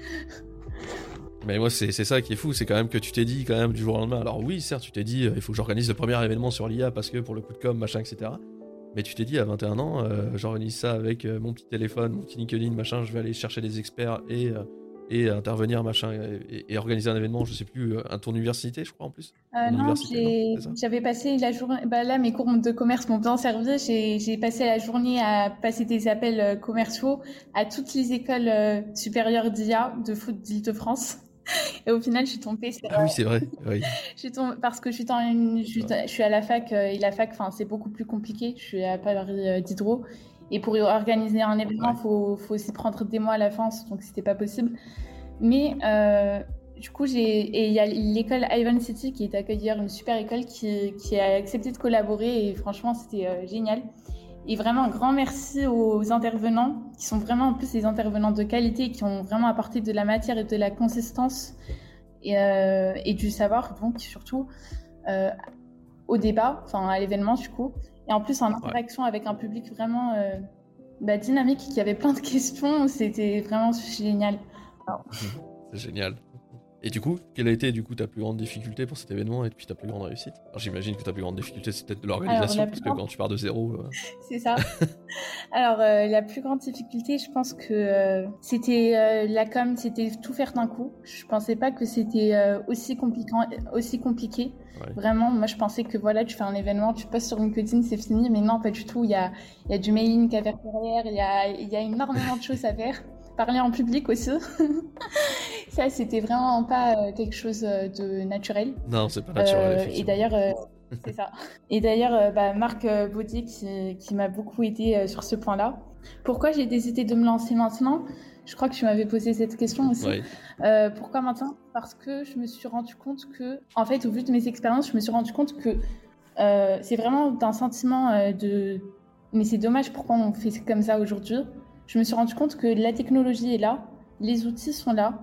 Mais moi, c'est, c'est ça qui est fou, c'est quand même que tu t'es dit quand même du jour au lendemain. Alors oui, certes, tu t'es dit, euh, il faut que j'organise le premier événement sur l'I A parce que pour le coup de com, machin, et cetera. Mais tu t'es dit à vingt et un ans, euh, j'organise ça avec euh, mon petit téléphone, mon petit LinkedIn, machin, je vais aller chercher des experts et, euh, et intervenir, machin, et, et, et organiser un événement, je sais plus, un tour d'université, je crois en plus. Euh, non, j'ai... non j'avais passé la journée. Bah là, mes cours de commerce m'ont bien servi. J'ai, j'ai passé la journée à passer des appels commerciaux à toutes les écoles euh, supérieures d'I A de foot d'Île-de-France. Et au final, je suis tombée sur... Ah oui, c'est vrai. Oui. je suis tombée... Parce que je suis, dans une... je, suis... je suis à la fac, euh, et la fac, c'est beaucoup plus compliqué. Je suis à Paris euh, Diderot. Et pour organiser un événement, il ouais. faut, faut aussi prendre des mois à l'avance, donc c'était pas possible. Mais euh, du coup, j'ai... et il y a l'école Ivan City qui est accueillie, une super école qui, qui a accepté de collaborer. Et franchement, c'était euh, génial. Et vraiment, un grand merci aux intervenants, qui sont vraiment en plus des intervenants de qualité, qui ont vraiment apporté de la matière et de la consistance et, euh, et du savoir, donc surtout euh, au débat, enfin à l'événement du coup. Et en plus, en interaction ouais. avec un public vraiment euh, bah, dynamique, qui avait plein de questions, c'était vraiment génial. Alors... C'est génial. Et du coup, quelle a été du coup ta plus grande difficulté pour cet événement et puis ta plus grande réussite? Alors j'imagine que ta plus grande difficulté c'est peut-être de l'organisation, Alors, parce grande... que quand tu pars de zéro... Euh... C'est ça. Alors euh, la plus grande difficulté, je pense que euh, c'était euh, la com, c'était tout faire d'un coup. Je pensais pas que c'était euh, aussi, compliquant, aussi compliqué. Ouais. Vraiment, moi je pensais que voilà, tu fais un événement, tu postes sur LinkedIn, c'est fini, mais non, pas du tout. Il y a, il y a du mailing à faire derrière, il y a, il y a énormément de choses à faire. Parler en public aussi. Ça, c'était vraiment pas quelque chose de naturel. Non, c'est pas naturel. Euh, et d'ailleurs, euh, c'est ça. Et d'ailleurs, euh, bah, Marc Baudier qui, qui m'a beaucoup aidé euh, sur ce point-là. Pourquoi j'ai décidé de me lancer maintenant? Je crois que tu m'avais posé cette question aussi. Oui. Euh, pourquoi maintenant? Parce que je me suis rendu compte que, en fait, au vu de mes expériences, je me suis rendu compte que euh, c'est vraiment d'un sentiment euh, de... Mais c'est dommage, pourquoi on fait comme ça aujourd'hui? Je me suis rendu compte que la technologie est là, les outils sont là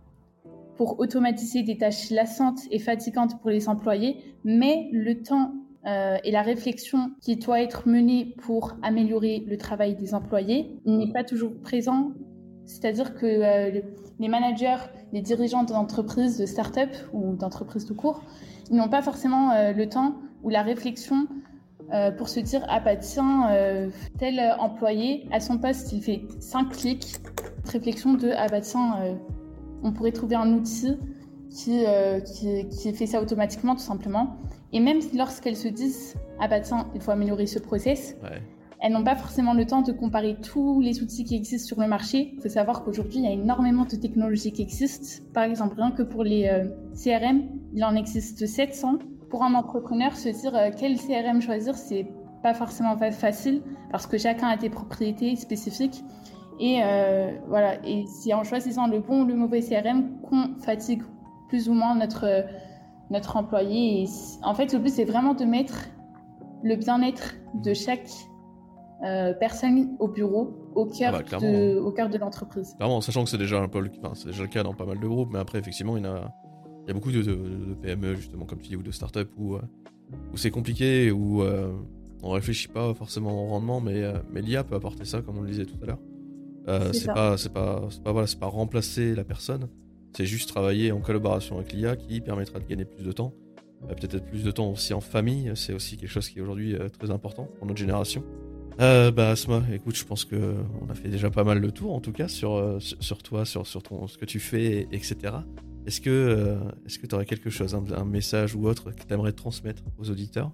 pour automatiser des tâches lassantes et fatigantes pour les employés, mais le temps euh, et la réflexion qui doit être menée pour améliorer le travail des employés n'est pas toujours présent. C'est-à-dire que euh, les managers, les dirigeants d'entreprises, de start-up ou d'entreprises tout court, ils n'ont pas forcément euh, le temps ou la réflexion Euh, pour se dire ah bah tiens euh, tel employé à son poste il fait cinq clics, réflexion de ah bah tiens euh, on pourrait trouver un outil qui, euh, qui, qui fait ça automatiquement tout simplement. Et même lorsqu'elles se disent ah bah tiens il faut améliorer ce process, ouais. elles n'ont pas forcément le temps de comparer tous les outils qui existent sur le marché. Il faut savoir qu'aujourd'hui il y a énormément de technologies qui existent. Par exemple rien que pour les euh, C R M il en existe sept cents. Pour un entrepreneur, se dire euh, quel C R M choisir, c'est pas forcément facile parce que chacun a des propriétés spécifiques. Et euh, voilà. Et c'est en choisissant le bon ou le mauvais C R M qu'on fatigue plus ou moins notre notre employé. Et en fait, le but c'est vraiment de mettre le bien-être de chaque euh, personne au bureau au cœur ah bah, de au cœur de l'entreprise. Clairement, sachant que c'est déjà un peu, enfin, c'est déjà le cas dans pas mal de groupes, mais après effectivement, il y en a. Il y a beaucoup de, de, de P M E, justement, comme tu dis, ou de start-up, où, euh, où c'est compliqué, où euh, on réfléchit pas forcément au rendement, mais, euh, mais l'I A peut apporter ça, comme on le disait tout à l'heure. Euh, c'est, c'est, pas, c'est, pas, c'est, pas, voilà, c'est pas remplacer la personne, c'est juste travailler en collaboration avec l'I A qui permettra de gagner plus de temps. Euh, peut-être plus de temps aussi en famille, c'est aussi quelque chose qui est aujourd'hui euh, très important pour notre génération. Euh, bah Asma, écoute, je pense qu'on a fait déjà pas mal le tour, en tout cas, sur, euh, sur, sur toi, sur, sur ton, ce que tu fais, et cetera. Est-ce que euh, est-ce que tu aurais quelque chose, un, un message ou autre que tu aimerais transmettre aux auditeurs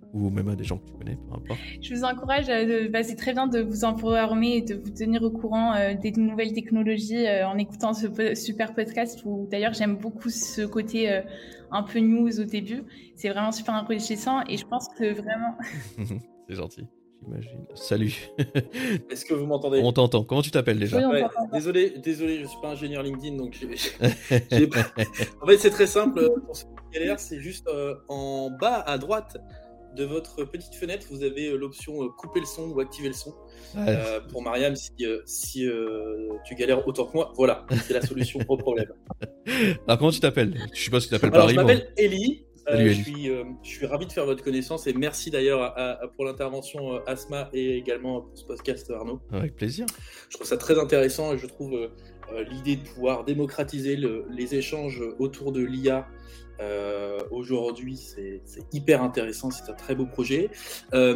ou même à des gens que tu connais, peu importe. Je vous encourage, euh, bah, c'est très bien de vous informer et de vous tenir au courant euh, des nouvelles technologies euh, en écoutant ce po- super podcast où d'ailleurs j'aime beaucoup ce côté euh, un peu news au début. C'est vraiment super enrichissant et je pense que vraiment... C'est gentil, j'imagine. Salut. Est-ce que vous m'entendez ? On t'entend. Comment tu t'appelles déjà ? Oui, on Ouais, t'entend. désolé, désolé, je suis pas ingénieur LinkedIn, donc j'ai, j'ai- j'ai pas- En fait, c'est très simple. Pour ceux qui galèrent, c'est juste euh, en bas à droite de votre petite fenêtre, vous avez euh, l'option euh, couper le son ou activer le son. Ouais. Euh, pour Mariam, si, euh, si euh, tu galères autant que moi, voilà, c'est la solution au problème. Alors, comment tu t'appelles ? Je suppose que tu t'appelles Alors, Paris. je m'appelle Ellie. Euh, Salut, je, Ellie. suis, euh, je suis ravi de faire votre connaissance et merci d'ailleurs à- à- pour l'intervention euh, Asma et également pour ce podcast Arnaud. Avec plaisir. Je trouve ça très intéressant et je trouve euh, euh, l'idée de pouvoir démocratiser le- les échanges autour de l'I A euh, aujourd'hui, c'est, c'est hyper intéressant, c'est un très beau projet. Euh,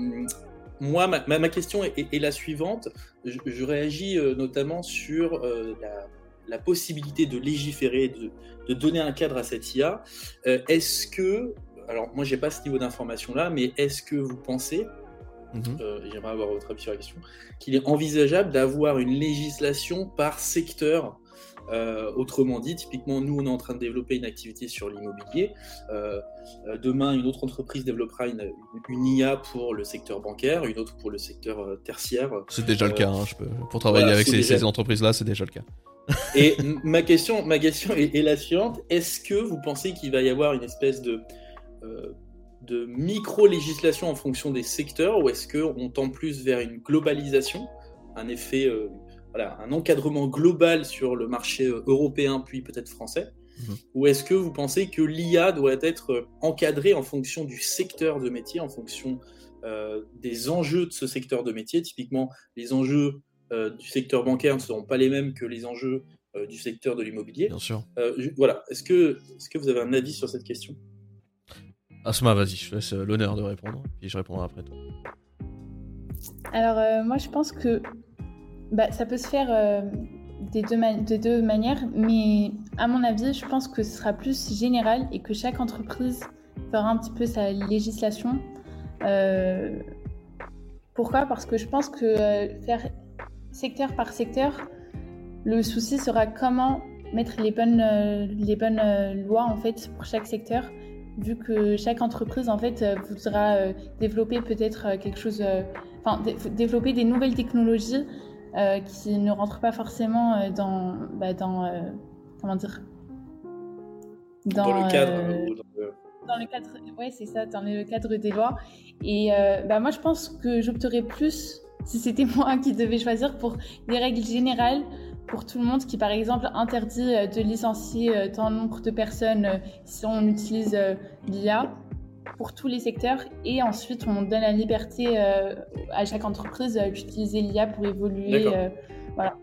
moi, ma, ma, ma question est, est- est la suivante. Je, je réagis euh, notamment sur euh, la, la possibilité de légiférer, de, de donner un cadre à cette I A. Euh, est-ce que, alors moi j'ai pas ce niveau d'information-là, mais est-ce que vous pensez, Mhm. euh, j'aimerais avoir votre avis sur la question, qu'il est envisageable d'avoir une législation par secteur. Euh, autrement dit, typiquement, nous, on est en train de développer une activité sur l'immobilier. Euh, euh, demain, une autre entreprise développera une, une I A pour le secteur bancaire, une autre pour le secteur euh, tertiaire. C'est déjà Euh, le cas. Hein, je peux... Pour travailler voilà, avec c'est ces, déjà- ces entreprises-là, c'est déjà le cas. Et m- ma question, ma question est, est la suivante. Est-ce que vous pensez qu'il va y avoir une espèce de, euh, de micro-législation en fonction des secteurs, ou est-ce qu'on tend plus vers une globalisation, un effet, euh, voilà, un encadrement global sur le marché euh, européen puis peut-être français, Mhm. ou est-ce que vous pensez que l'I A doit être euh, encadrée en fonction du secteur de métier, en fonction euh, des enjeux de ce secteur de métier? Typiquement, les enjeux euh, du secteur bancaire ne seront pas les mêmes que les enjeux euh, du secteur de l'immobilier. Bien sûr. Euh, je- voilà. Est-ce que, est-ce que vous avez un avis sur cette question? Asma, vas-y, je te laisse euh, l'honneur de répondre, puis je répondrai après toi. Alors, euh, moi, je pense que bah, ça peut se faire euh, des, deux ma- de deux manières, mais à mon avis, je pense que ce sera plus général et que chaque entreprise fera un petit peu sa législation. Euh, pourquoi ? Parce que je pense que euh, faire secteur par secteur, le souci sera comment mettre les bonnes, euh, les bonnes euh, lois en fait, pour chaque secteur, vu que chaque entreprise en fait, euh, voudra euh, développer peut-être euh, quelque chose, euh, enfin dé- développer des nouvelles technologies euh, qui ne rentrent pas forcément euh, dans, bah, dans euh, comment dire, Dans le cadre euh, ou dans le- dans le cadre, ouais, c'est ça, dans le cadre des lois. Et euh, bah, moi, je pense que j'opterais plus, si c'était moi qui devais choisir, pour des règles générales pour tout le monde, qui par exemple interdit euh, de licencier euh, tant nombre de personnes euh, si on utilise euh, l'I A pour tous les secteurs. Et ensuite, on donne la liberté euh, à chaque entreprise euh, d'utiliser l'I A pour évoluer. D'accord. euh, voilà.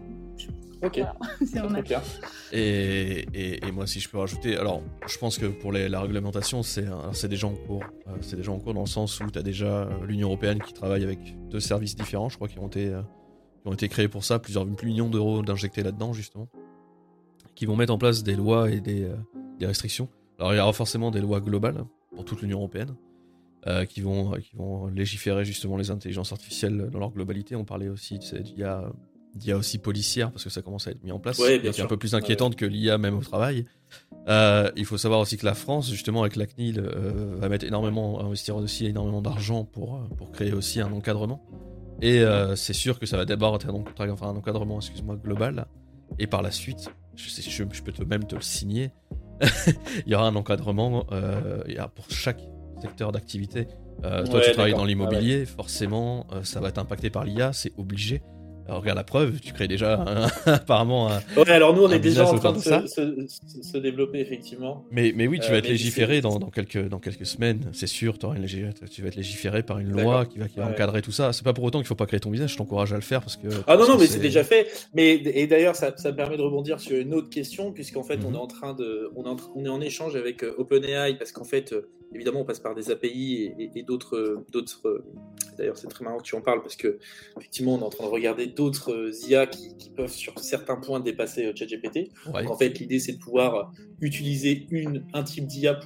Ok, Voilà. C'est très, mon très avis. clair. Et, et, et moi, si je peux rajouter, alors, je pense que pour les- la réglementation, c'est un- c'est déjà en cours. Euh, c'est déjà en cours dans le sens où tu as déjà euh, l'Union européenne qui travaille avec deux services différents, je crois, qui ont été, euh, qui ont été créés pour ça, plusieurs millions d'euros d'injectés là-dedans, justement, qui vont mettre en place des lois et des, euh, des restrictions. Alors, il y aura forcément des lois globales pour toute l'Union européenne, euh, qui, vont, qui vont légiférer justement les intelligences artificielles dans leur globalité. On parlait aussi d'I A, d'I A aussi policière, parce que ça commence à être mis en place, Ouais, et bien qui est un sûr. peu plus inquiétante que l'I A même au travail. Euh, il faut savoir aussi que la France, justement avec la C N I L, euh, va mettre énormément, investir aussi énormément d'argent pour, euh, pour créer aussi un encadrement. Et euh, c'est sûr que ça va d'abord être un, encadre- enfin, un encadrement, excuse-moi, global. Et par la suite, je, sais, je, je peux te, même te le signer, il y aura un encadrement euh, il y a pour chaque secteur d'activité. Euh, toi, Ouais, tu travailles d'accord. dans l'immobilier, forcément, euh, ça va être impacté par l'I A, c'est obligé. Alors, regarde la preuve, tu crées déjà un- apparemment un. Ouais, alors nous, on un est déjà business en train autour de de ça. se, se, se développer, effectivement. Mais, mais oui, tu Euh, vas être mais légiféré c'est- dans, dans, quelques, dans quelques semaines, c'est sûr. T'auras une légé- tu vas être légiféré par une loi D'accord. qui va, qui va Ouais. encadrer tout ça. C'est pas pour autant qu'il faut pas créer ton business, je t'encourage à le faire parce que. Ah non, parce non, que mais c'est déjà fait. Mais, et d'ailleurs, ça, ça me permet de rebondir sur une autre question, puisqu'en fait, Mhm. on est en train de, on est en, on est en échange avec euh, OpenAI, parce qu'en fait, euh, évidemment, on passe par des A P I et, et- et d'autres, euh, d'autres. euh, D'ailleurs, c'est très marrant que tu en parles, parce que effectivement, on est en train de regarder d'autres euh, I A qui, qui peuvent sur certains points dépasser euh, ChatGPT. Ouais. Donc, en fait, l'idée, c'est de pouvoir utiliser une, un type d'I A pour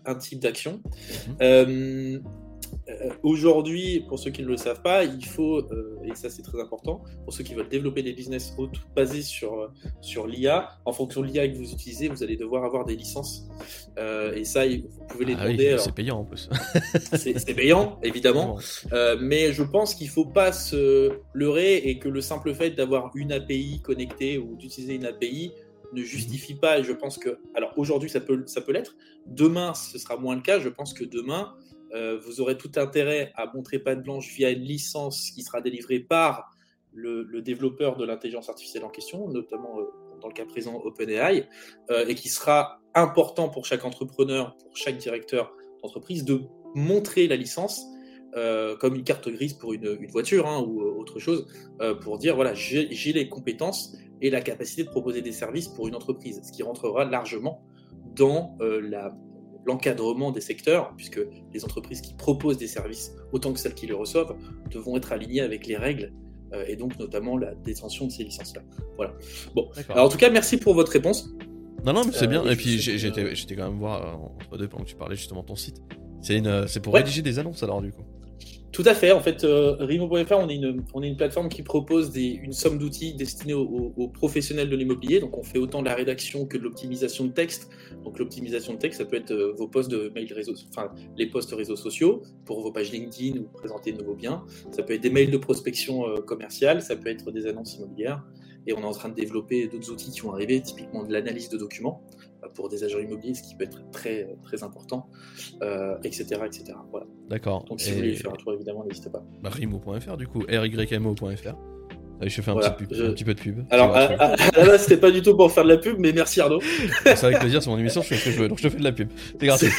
un type d'action. Mhm. Euh, euh, aujourd'hui, pour ceux qui ne le savent pas, il faut, euh, et ça c'est très important, pour ceux qui veulent développer des business auto- basés sur, sur l'I A, en fonction de l'I A que vous utilisez, vous allez devoir avoir des licences. Euh, et ça, vous pouvez les Ah demander. oui, alors, c'est payant en plus. c'est, c'est payant, évidemment. Euh, mais je pense qu'il ne faut pas se leurrer et que le simple fait d'avoir une A P I connectée ou d'utiliser une A P I ne justifie pas. Et je pense que, alors aujourd'hui, ça peut, ça peut l'être. Demain, ce sera moins le cas. Je pense que demain, euh, vous aurez tout intérêt à montrer patte blanche via une licence qui sera délivrée par le, le développeur de l'intelligence artificielle en question, notamment euh, dans le cas présent OpenAI, euh, et qui sera important pour chaque entrepreneur, pour chaque directeur d'entreprise, de montrer la licence euh, comme une carte grise pour une, une voiture hein, ou autre chose, euh, pour dire voilà, j'ai, j'ai les compétences et la capacité de proposer des services pour une entreprise, ce qui rentrera largement dans euh, la, l'encadrement des secteurs, puisque les entreprises qui proposent des services, autant que celles qui les reçoivent, devront être alignées avec les règles, euh, et donc notamment la détention de ces licences-là. Voilà. Bon. Alors, en tout cas, merci pour votre réponse. Non, non, mais c'est Euh, bien. et Et je puis sais j'ai- que- j'étais, j'étais quand même voir euh, entre deux pendant que tu parlais justement de ton site. C'est une, c'est pour Ouais. rédiger des annonces alors du coup. Tout à fait. En fait, euh, Rimo point F R, on est une, on est une plateforme qui propose des, une somme d'outils destinés aux, aux- aux professionnels de l'immobilier. Donc, on fait autant de la rédaction que de l'optimisation de texte. Donc, l'optimisation de texte, ça peut être euh, vos posts de mail réseaux, enfin les posts réseaux sociaux pour vos pages LinkedIn ou présenter de nouveaux biens. Ça peut être des mails de prospection euh, commerciale. Ça peut être des annonces immobilières. Et on est en train de développer d'autres outils qui vont arriver, typiquement de l'analyse de documents euh, pour des agents immobiliers, ce qui peut être très très important, euh, et cetera, et cetera. Voilà. D'accord. Donc, si Et vous voulez y faire un tour, évidemment, n'hysitez pas. bah, rimo point F R du coup, R Y M O point F R. Allez, je fais un, Voilà, petit, pub- je- un petit peu de pub. Alors, C'est à, gratuit. à, à la base, c'était pas du tout pour faire de la pub, mais merci Arnaud. C'est avec plaisir, c'est mon émission, je fais ce que je veux, donc je te fais de la pub. C'est gratuit.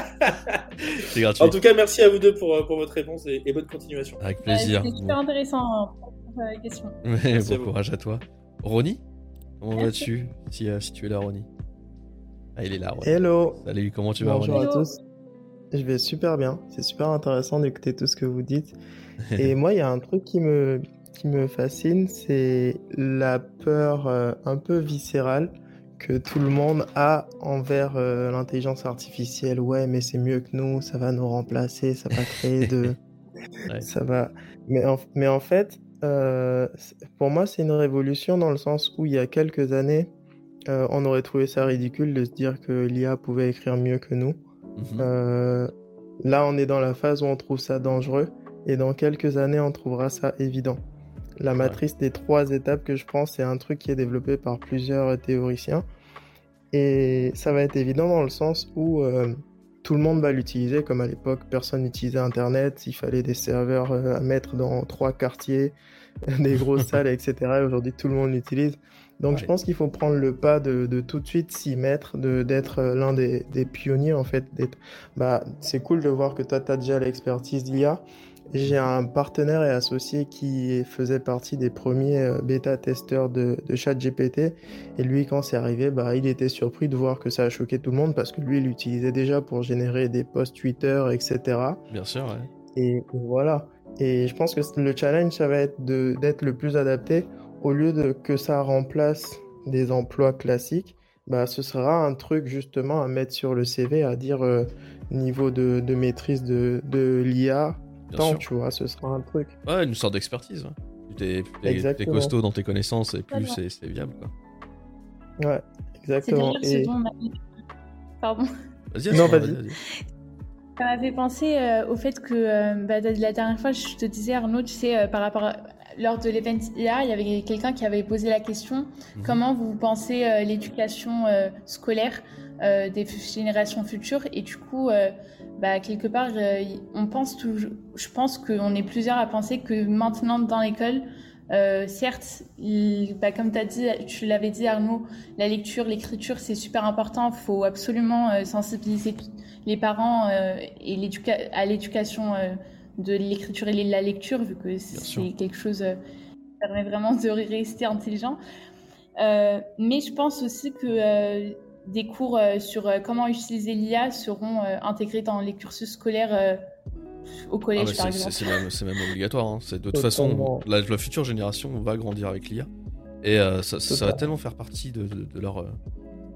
C'est gratuit. En tout cas, merci à vous deux pour, pour votre réponse et, et bonne continuation. Avec Ouais, plaisir. C'était super intéressant hein, pour répondre à la question. Bon, Merci à bon vous. courage à toi. Ronnie, comment Merci. vas-tu si, euh, si tu es là, Ronnie? Ah, il est là, Ronnie. Hello, Salut, comment tu vas, bonjour Ronnie? à tous. Je vais super bien, c'est super intéressant d'écouter tout ce que vous dites. Et moi, il y a un truc qui me, qui me fascine, c'est la peur euh, un peu viscérale que tout le monde a envers euh, l'intelligence artificielle. Ouais, mais c'est mieux que nous, ça va nous remplacer, ça va créer de... Ouais. Ça va... Mais en, mais en fait, euh, c'est- pour moi, c'est une révolution dans le sens où il y a quelques années, euh, on aurait trouvé ça ridicule de se dire que l'I A pouvait écrire mieux que nous. Mhm. Euh, là, on est dans la phase où on trouve ça dangereux, et dans quelques années, on trouvera ça évident. La matrice des trois étapes que je prends, c'est un truc qui est développé par plusieurs théoriciens, et ça va être évident dans le sens où euh, tout le monde va l'utiliser, comme à l'époque, personne n'utilisait Internet, il fallait des serveurs euh, à mettre dans trois quartiers, des grosses salles, et cetera. Et aujourd'hui, tout le monde l'utilise. Donc, Ouais. je pense qu'il faut prendre le pas de, de tout de suite s'y mettre, de, d'être euh, l'un des, des pionniers, en fait. D'être... Bah, c'est cool de voir que toi, tu as déjà l'expertise d'I A. J'ai un partenaire et associé qui faisait partie des premiers euh, bêta-testeurs de, de ChatGPT. Et lui, quand c'est arrivé, bah, il était surpris de voir que ça a choqué tout le monde parce que lui, il l'utilisait déjà pour générer des posts Twitter, et cetera. Bien sûr, ouais. Et voilà. Et je pense que le challenge, ça va être de, d'être le plus adapté. Au lieu de que ça remplace des emplois classiques, bah, ce sera un truc justement à mettre sur le C V, à dire euh, niveau de, de maîtrise de, de l'I A, Bien tant, sûr. tu vois, ce sera un truc. Ouais, une sorte d'expertise. Ouais. Plus t'es, plus t'es- t'es Exactement. costaud dans tes connaissances et plus Voilà. c'est, c'est viable. Quoi. Ouais, C'est exactement. d'ailleurs ce Et... dont on a... Pardon. Vas-y, Non, Asma, vas-y. Ça m'a fait penser euh, au fait que euh, bah, la dernière fois, je te disais, Arnaud, tu sais, euh, par rapport à... lors de l'event I A, il y avait quelqu'un qui avait posé la question Mhm. comment vous pensez euh, l'éducation euh, scolaire euh, des f- générations futures? Et du coup, euh, bah, quelque part, euh, on pense toujours, je pense qu'on est plusieurs à penser que maintenant dans l'école, euh, certes, il- bah, comme t'as dit, tu l'avais dit Arnaud, la lecture, l'écriture, c'est super important. Il faut absolument euh, sensibiliser les parents euh, et l'éduca- à l'éducation euh, de l'écriture et de la lecture, vu que c'est sûr. quelque chose euh, qui permet vraiment de rester intelligent. Euh, mais je pense aussi que euh, des cours euh, sur euh, comment utiliser l'I A seront euh, intégrés dans les cursus scolaires euh, au Ah, collège, mais par c'est, exemple. c'est, c'est même, c'est même obligatoire. Hein. C'est, de toute Totalement. façon, la, la future génération va grandir avec l'I A. Et euh, ça, ça va Totalement. tellement faire partie de, de, de leur, euh,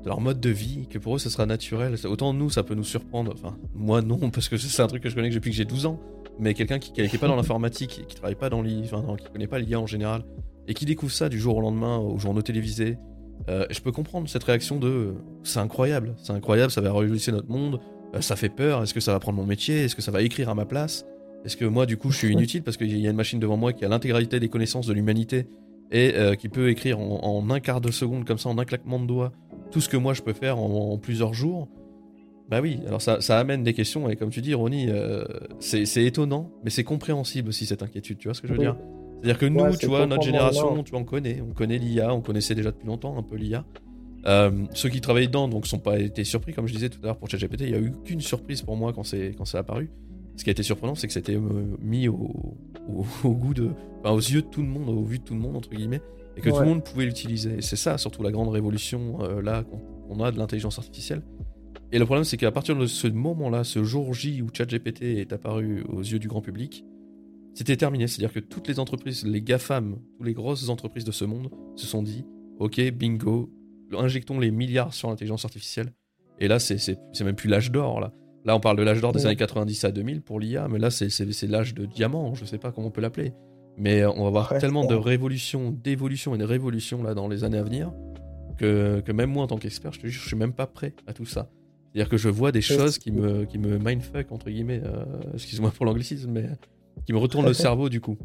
de leur mode de vie, que pour eux ça sera naturel. Autant nous ça peut nous surprendre, enfin moi non parce que c'est un truc que je connais que depuis que j'ai douze ans, mais quelqu'un qui n'est pas dans l'informatique, qui travaille pas dans l'I A, enfin non, qui connaît pas l'I A en général, et qui découvre ça du jour au lendemain aux journaux télévisés, euh, je peux comprendre cette réaction de c'est incroyable, c'est incroyable, ça va révolutionner notre monde, euh, ça fait peur, est-ce que ça va prendre mon métier, est-ce que ça va écrire à ma place, est-ce que moi du coup je suis inutile parce qu'il y a une machine devant moi qui a l'intégralité des connaissances de l'humanité et euh, qui peut écrire en, en un quart de seconde comme ça, en un claquement de doigts, tout ce que moi je peux faire en, en plusieurs jours. Bah oui, alors ça, ça amène des questions, et comme tu dis, Ronnie, euh, c'est, c'est étonnant, mais c'est compréhensible aussi cette inquiétude, tu vois ce que je veux Oui. dire ? C'est-à-dire que nous, Ouais, tu vois, notre génération, là. tu vois, on connaît, on connaît l'I A, on connaissait déjà depuis longtemps un peu l'I A. Euh, ceux qui travaillent dedans, donc, sont pas été surpris, comme je disais tout à l'heure pour ChatGPT, il y a eu qu'une surprise pour moi quand c'est, quand c'est apparu. Ce qui a été surprenant, c'est que c'était euh, mis au, au, au goût de, enfin, aux yeux de tout le monde, au vu de tout le monde, entre guillemets, et que ouais. tout le monde pouvait l'utiliser. Et c'est ça, surtout, la grande révolution, euh, là, qu'on, qu'on a de l'intelligence artificielle. Et le problème, c'est qu'à partir de ce moment-là, ce jour J où ChatGPT est apparu aux yeux du grand public, c'était terminé. C'est-à-dire que toutes les entreprises, les GAFAM, toutes les grosses entreprises de ce monde se sont dit « Ok, bingo, injectons les milliards sur l'intelligence artificielle. » Et là, c'est, c'est, c'est même plus l'âge d'or, là. Là, on parle de l'âge d'or des ouais. années quatre-vingt-dix à deux mille pour l'I A, mais là, c'est, c'est, c'est l'âge de diamant, je sais pas comment on peut l'appeler. Mais on va avoir ouais, tellement de révolutions, d'évolutions et de révolutions là, dans les années à venir que, que même moi, en tant qu'expert, je te dis, je suis même pas prêt à tout ça. C'est-à-dire que je vois des choses qui me, qui me mindfuck, entre guillemets, euh, excuse-moi pour l'anglicisme, mais qui me retournent le cerveau, du coup.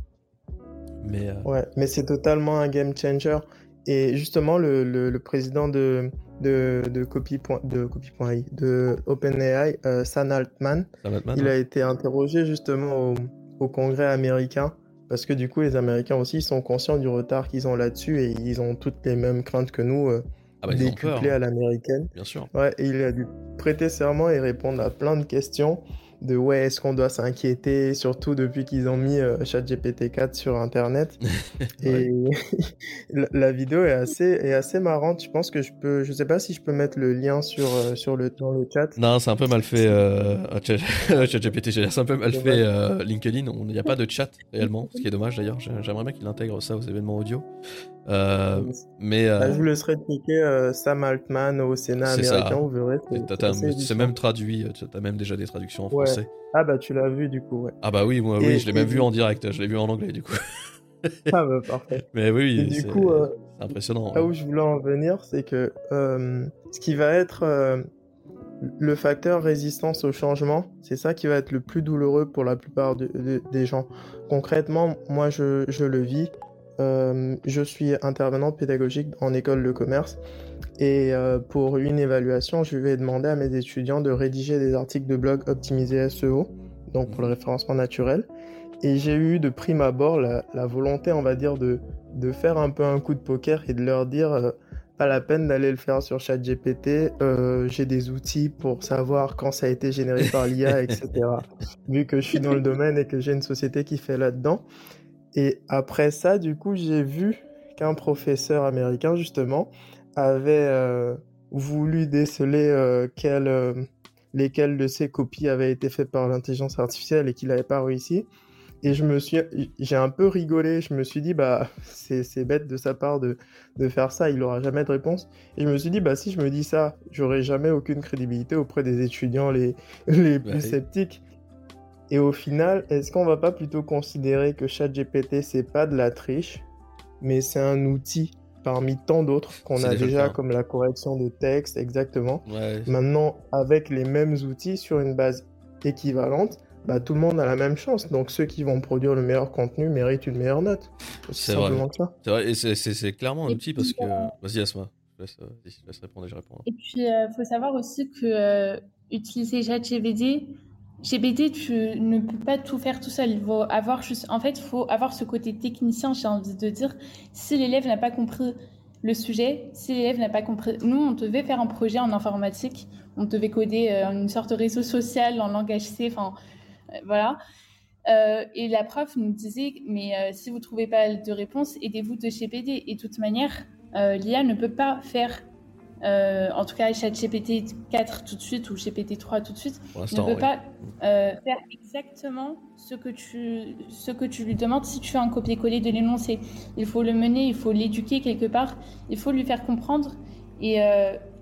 Mais, euh... Ouais, mais c'est totalement un game changer. Et justement, le, le, le président de... de, de Copy. de Copy.ai, de OpenAI, euh, Sam Altman, Sam Altman il ouais. a été interrogé justement au, au Congrès américain, parce que du coup les Américains aussi sont conscients du retard qu'ils ont là-dessus et ils ont toutes les mêmes craintes que nous, euh, ah bah, décuplées à l'américaine. Bien sûr. Ouais, et il a dû prêter serment et répondre à plein de questions de ouais, est-ce qu'on doit s'inquiéter, surtout depuis qu'ils ont mis euh, ChatGPT quatre sur Internet. Et la, la vidéo est assez, est assez marrante. Je pense que je peux, je sais pas si je peux mettre le lien sur, euh, sur le, dans le chat. Non, c'est un peu mal fait, euh, ChatGPT, c'est un peu mal fait euh, LinkedIn. Il n'y a pas de chat réellement, ce qui est dommage d'ailleurs. J'aimerais bien qu'il intègre ça aux événements audio. Euh, mais euh... bah, je vous laisserai checker euh, Sam Altman au Sénat c'est américain, ça. Vous verrez. C'est, c'est, c'est même traduit, tu as même déjà des traductions en ouais. français. Ah bah tu l'as vu du coup, ouais. Ah bah oui, moi et, oui, je l'ai même vu en direct, je l'ai vu en anglais du coup. Ah bah parfait. Mais oui, et du c'est, coup, euh, c'est impressionnant. Là ouais. où je voulais en venir, c'est que euh, ce qui va être euh, le facteur résistance au changement, c'est ça qui va être le plus douloureux pour la plupart de, de, des gens. Concrètement, moi je, je le vis. Euh, je suis intervenant pédagogique en école de commerce et euh, pour une évaluation, je vais demander à mes étudiants de rédiger des articles de blog optimisés S E O, donc pour le référencement naturel. Et j'ai eu de prime abord la, la volonté, on va dire, de, de faire un peu un coup de poker et de leur dire euh, pas la peine d'aller le faire sur ChatGPT, euh, j'ai des outils pour savoir quand ça a été généré par l'I A, et cetera. Vu que je suis dans le domaine et que j'ai une société qui fait là-dedans. Et après ça, du coup, j'ai vu qu'un professeur américain, justement, avait euh, voulu déceler euh, quel, euh, lesquelles de ses copies avaient été faites par l'intelligence artificielle et qu'il n'avait pas réussi. Et je me suis, j'ai un peu rigolé, je me suis dit, bah, c'est, c'est bête de sa part de, de faire ça, il n'aura jamais de réponse. Et je me suis dit, bah, si je me dis ça, j'aurai jamais aucune crédibilité auprès des étudiants les, les plus ouais. sceptiques. Et au final, est-ce qu'on va pas plutôt considérer que ChatGPT, c'est pas de la triche, mais c'est un outil parmi tant d'autres qu'on c'est a déjà, comme la correction de texte, exactement. Ouais. Maintenant, avec les mêmes outils sur une base équivalente, bah, tout le monde a la même chance. Donc ceux qui vont produire le meilleur contenu méritent une meilleure note. C'est, c'est vrai. Que ça. C'est vrai, et c'est, c'est, c'est clairement un outil parce que... Vas-y, Asma, je laisse, je laisse répondre et je réponds. Et puis, il euh, faut savoir aussi que euh, utiliser ChatGPT, G P T, tu ne peux pas tout faire tout seul. Il faut avoir juste... En fait, il faut avoir ce côté technicien, j'ai envie de dire. Si l'élève n'a pas compris le sujet, si l'élève n'a pas compris... Nous, on devait faire un projet en informatique. On devait coder euh, une sorte de réseau social en langage C, enfin... Voilà. Euh, et la prof nous disait, mais euh, si vous ne trouvez pas de réponse, aidez-vous de G P T. Et de toute manière, euh, l'I A ne peut pas faire, euh, en tout cas ChatGPT quatre tout de suite ou G P T trois tout de suite, ne peut oui. pas euh, faire exactement ce que, tu, ce que tu lui demandes si tu fais un copier-coller de l'énoncé. Il faut le mener, il faut l'éduquer quelque part, il faut lui faire comprendre. Et euh,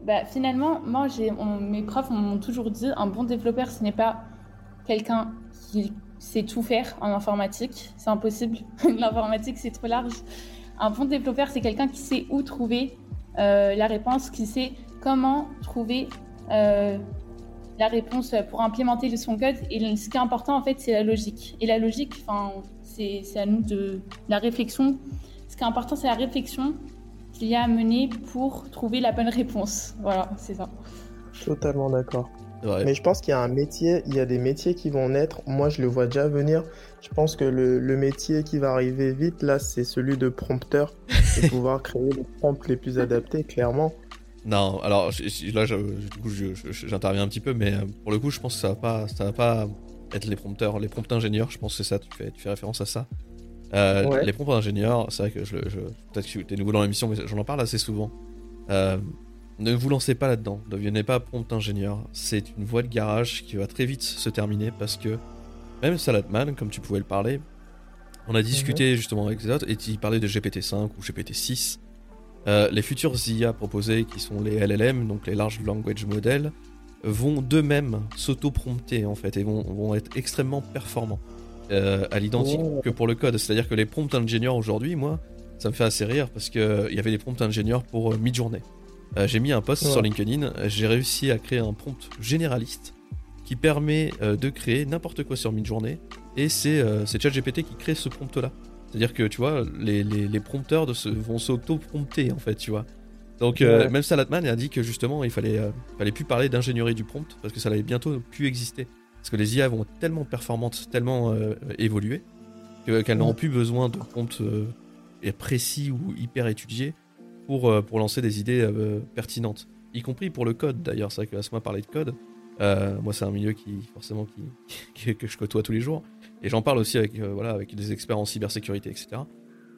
Bah, finalement, moi, j'ai, on- mes profs m'ont toujours dit, un bon développeur, ce n'est pas quelqu'un qui sait tout faire en informatique. C'est impossible. L'informatique, c'est trop large. Un bon développeur, c'est quelqu'un qui sait où trouver euh, la réponse, qui sait comment trouver euh, la réponse pour implémenter son code. Et ce qui est important, en fait, c'est la logique. Et la logique, enfin, c'est, c'est à nous de la réflexion. Ce qui est important, c'est la réflexion qu'il y a à mener pour trouver la bonne réponse. Voilà, c'est ça. Totalement d'accord. Ouais. Mais je pense qu'il y a un métier, il y a des métiers qui vont naître. Moi, je le vois déjà venir. Je pense que le, le métier qui va arriver vite, là, c'est celui de prompteur. De pouvoir créer les prompts les plus adaptés, clairement. Non, alors je- je- là, je- du coup, je- je- j'interviens un petit peu, mais euh, pour le coup, je pense que ça va pas, ça va pas être les prompteurs, les prompts ingénieurs. Je pense que c'est ça. Tu fais, tu fais référence à ça. Euh, Ouais. Les prompts ingénieurs, c'est vrai que je, je peut-être que tu es nouveau dans l'émission, mais j'en parle assez souvent. Euh, ne vous lancez pas là-dedans. Ne devenez pas prompt ingénieur. C'est une voie de garage qui va très vite se terminer parce que même Saladman, comme tu pouvais le parler, on a discuté justement avec les autres et il parlait de G P T cinq ou G P T six. Euh, les futurs I A proposés, qui sont les L L M, donc les Large Language Models, vont d'eux-mêmes s'auto-prompter en fait et vont, vont être extrêmement performants euh, à l'identique Oh. que pour le code. C'est-à-dire que les prompt ingénieurs aujourd'hui, moi, ça me fait assez rire parce qu'il euh, y avait des prompt ingénieurs pour euh, Midjourney. Euh, j'ai mis un post Ouais. sur LinkedIn, j'ai réussi à créer un prompt généraliste qui permet euh, de créer n'importe quoi sur Midjourney et c'est euh, c'est ChatGPT qui crée ce prompt-là. C'est-à-dire que tu vois, les, les, les prompteurs de ce, vont s'auto-prompter en fait, tu vois. Donc euh, Ouais. même Saladman a dit que justement il fallait, euh, fallait plus parler d'ingénierie du prompt parce que ça allait bientôt plus exister. Parce que les I A vont tellement performantes, tellement euh, évoluer, que- qu'elles n'auront plus besoin de prompts euh, précis ou hyper étudiés pour, euh, pour lancer des idées euh, pertinentes. Y compris pour le code d'ailleurs, c'est vrai que Asma parlait de code. Euh, moi c'est un milieu qui forcément qui, qui- que je côtoie tous les jours. Et j'en parle aussi avec, euh, voilà, avec des experts en cybersécurité, et cetera.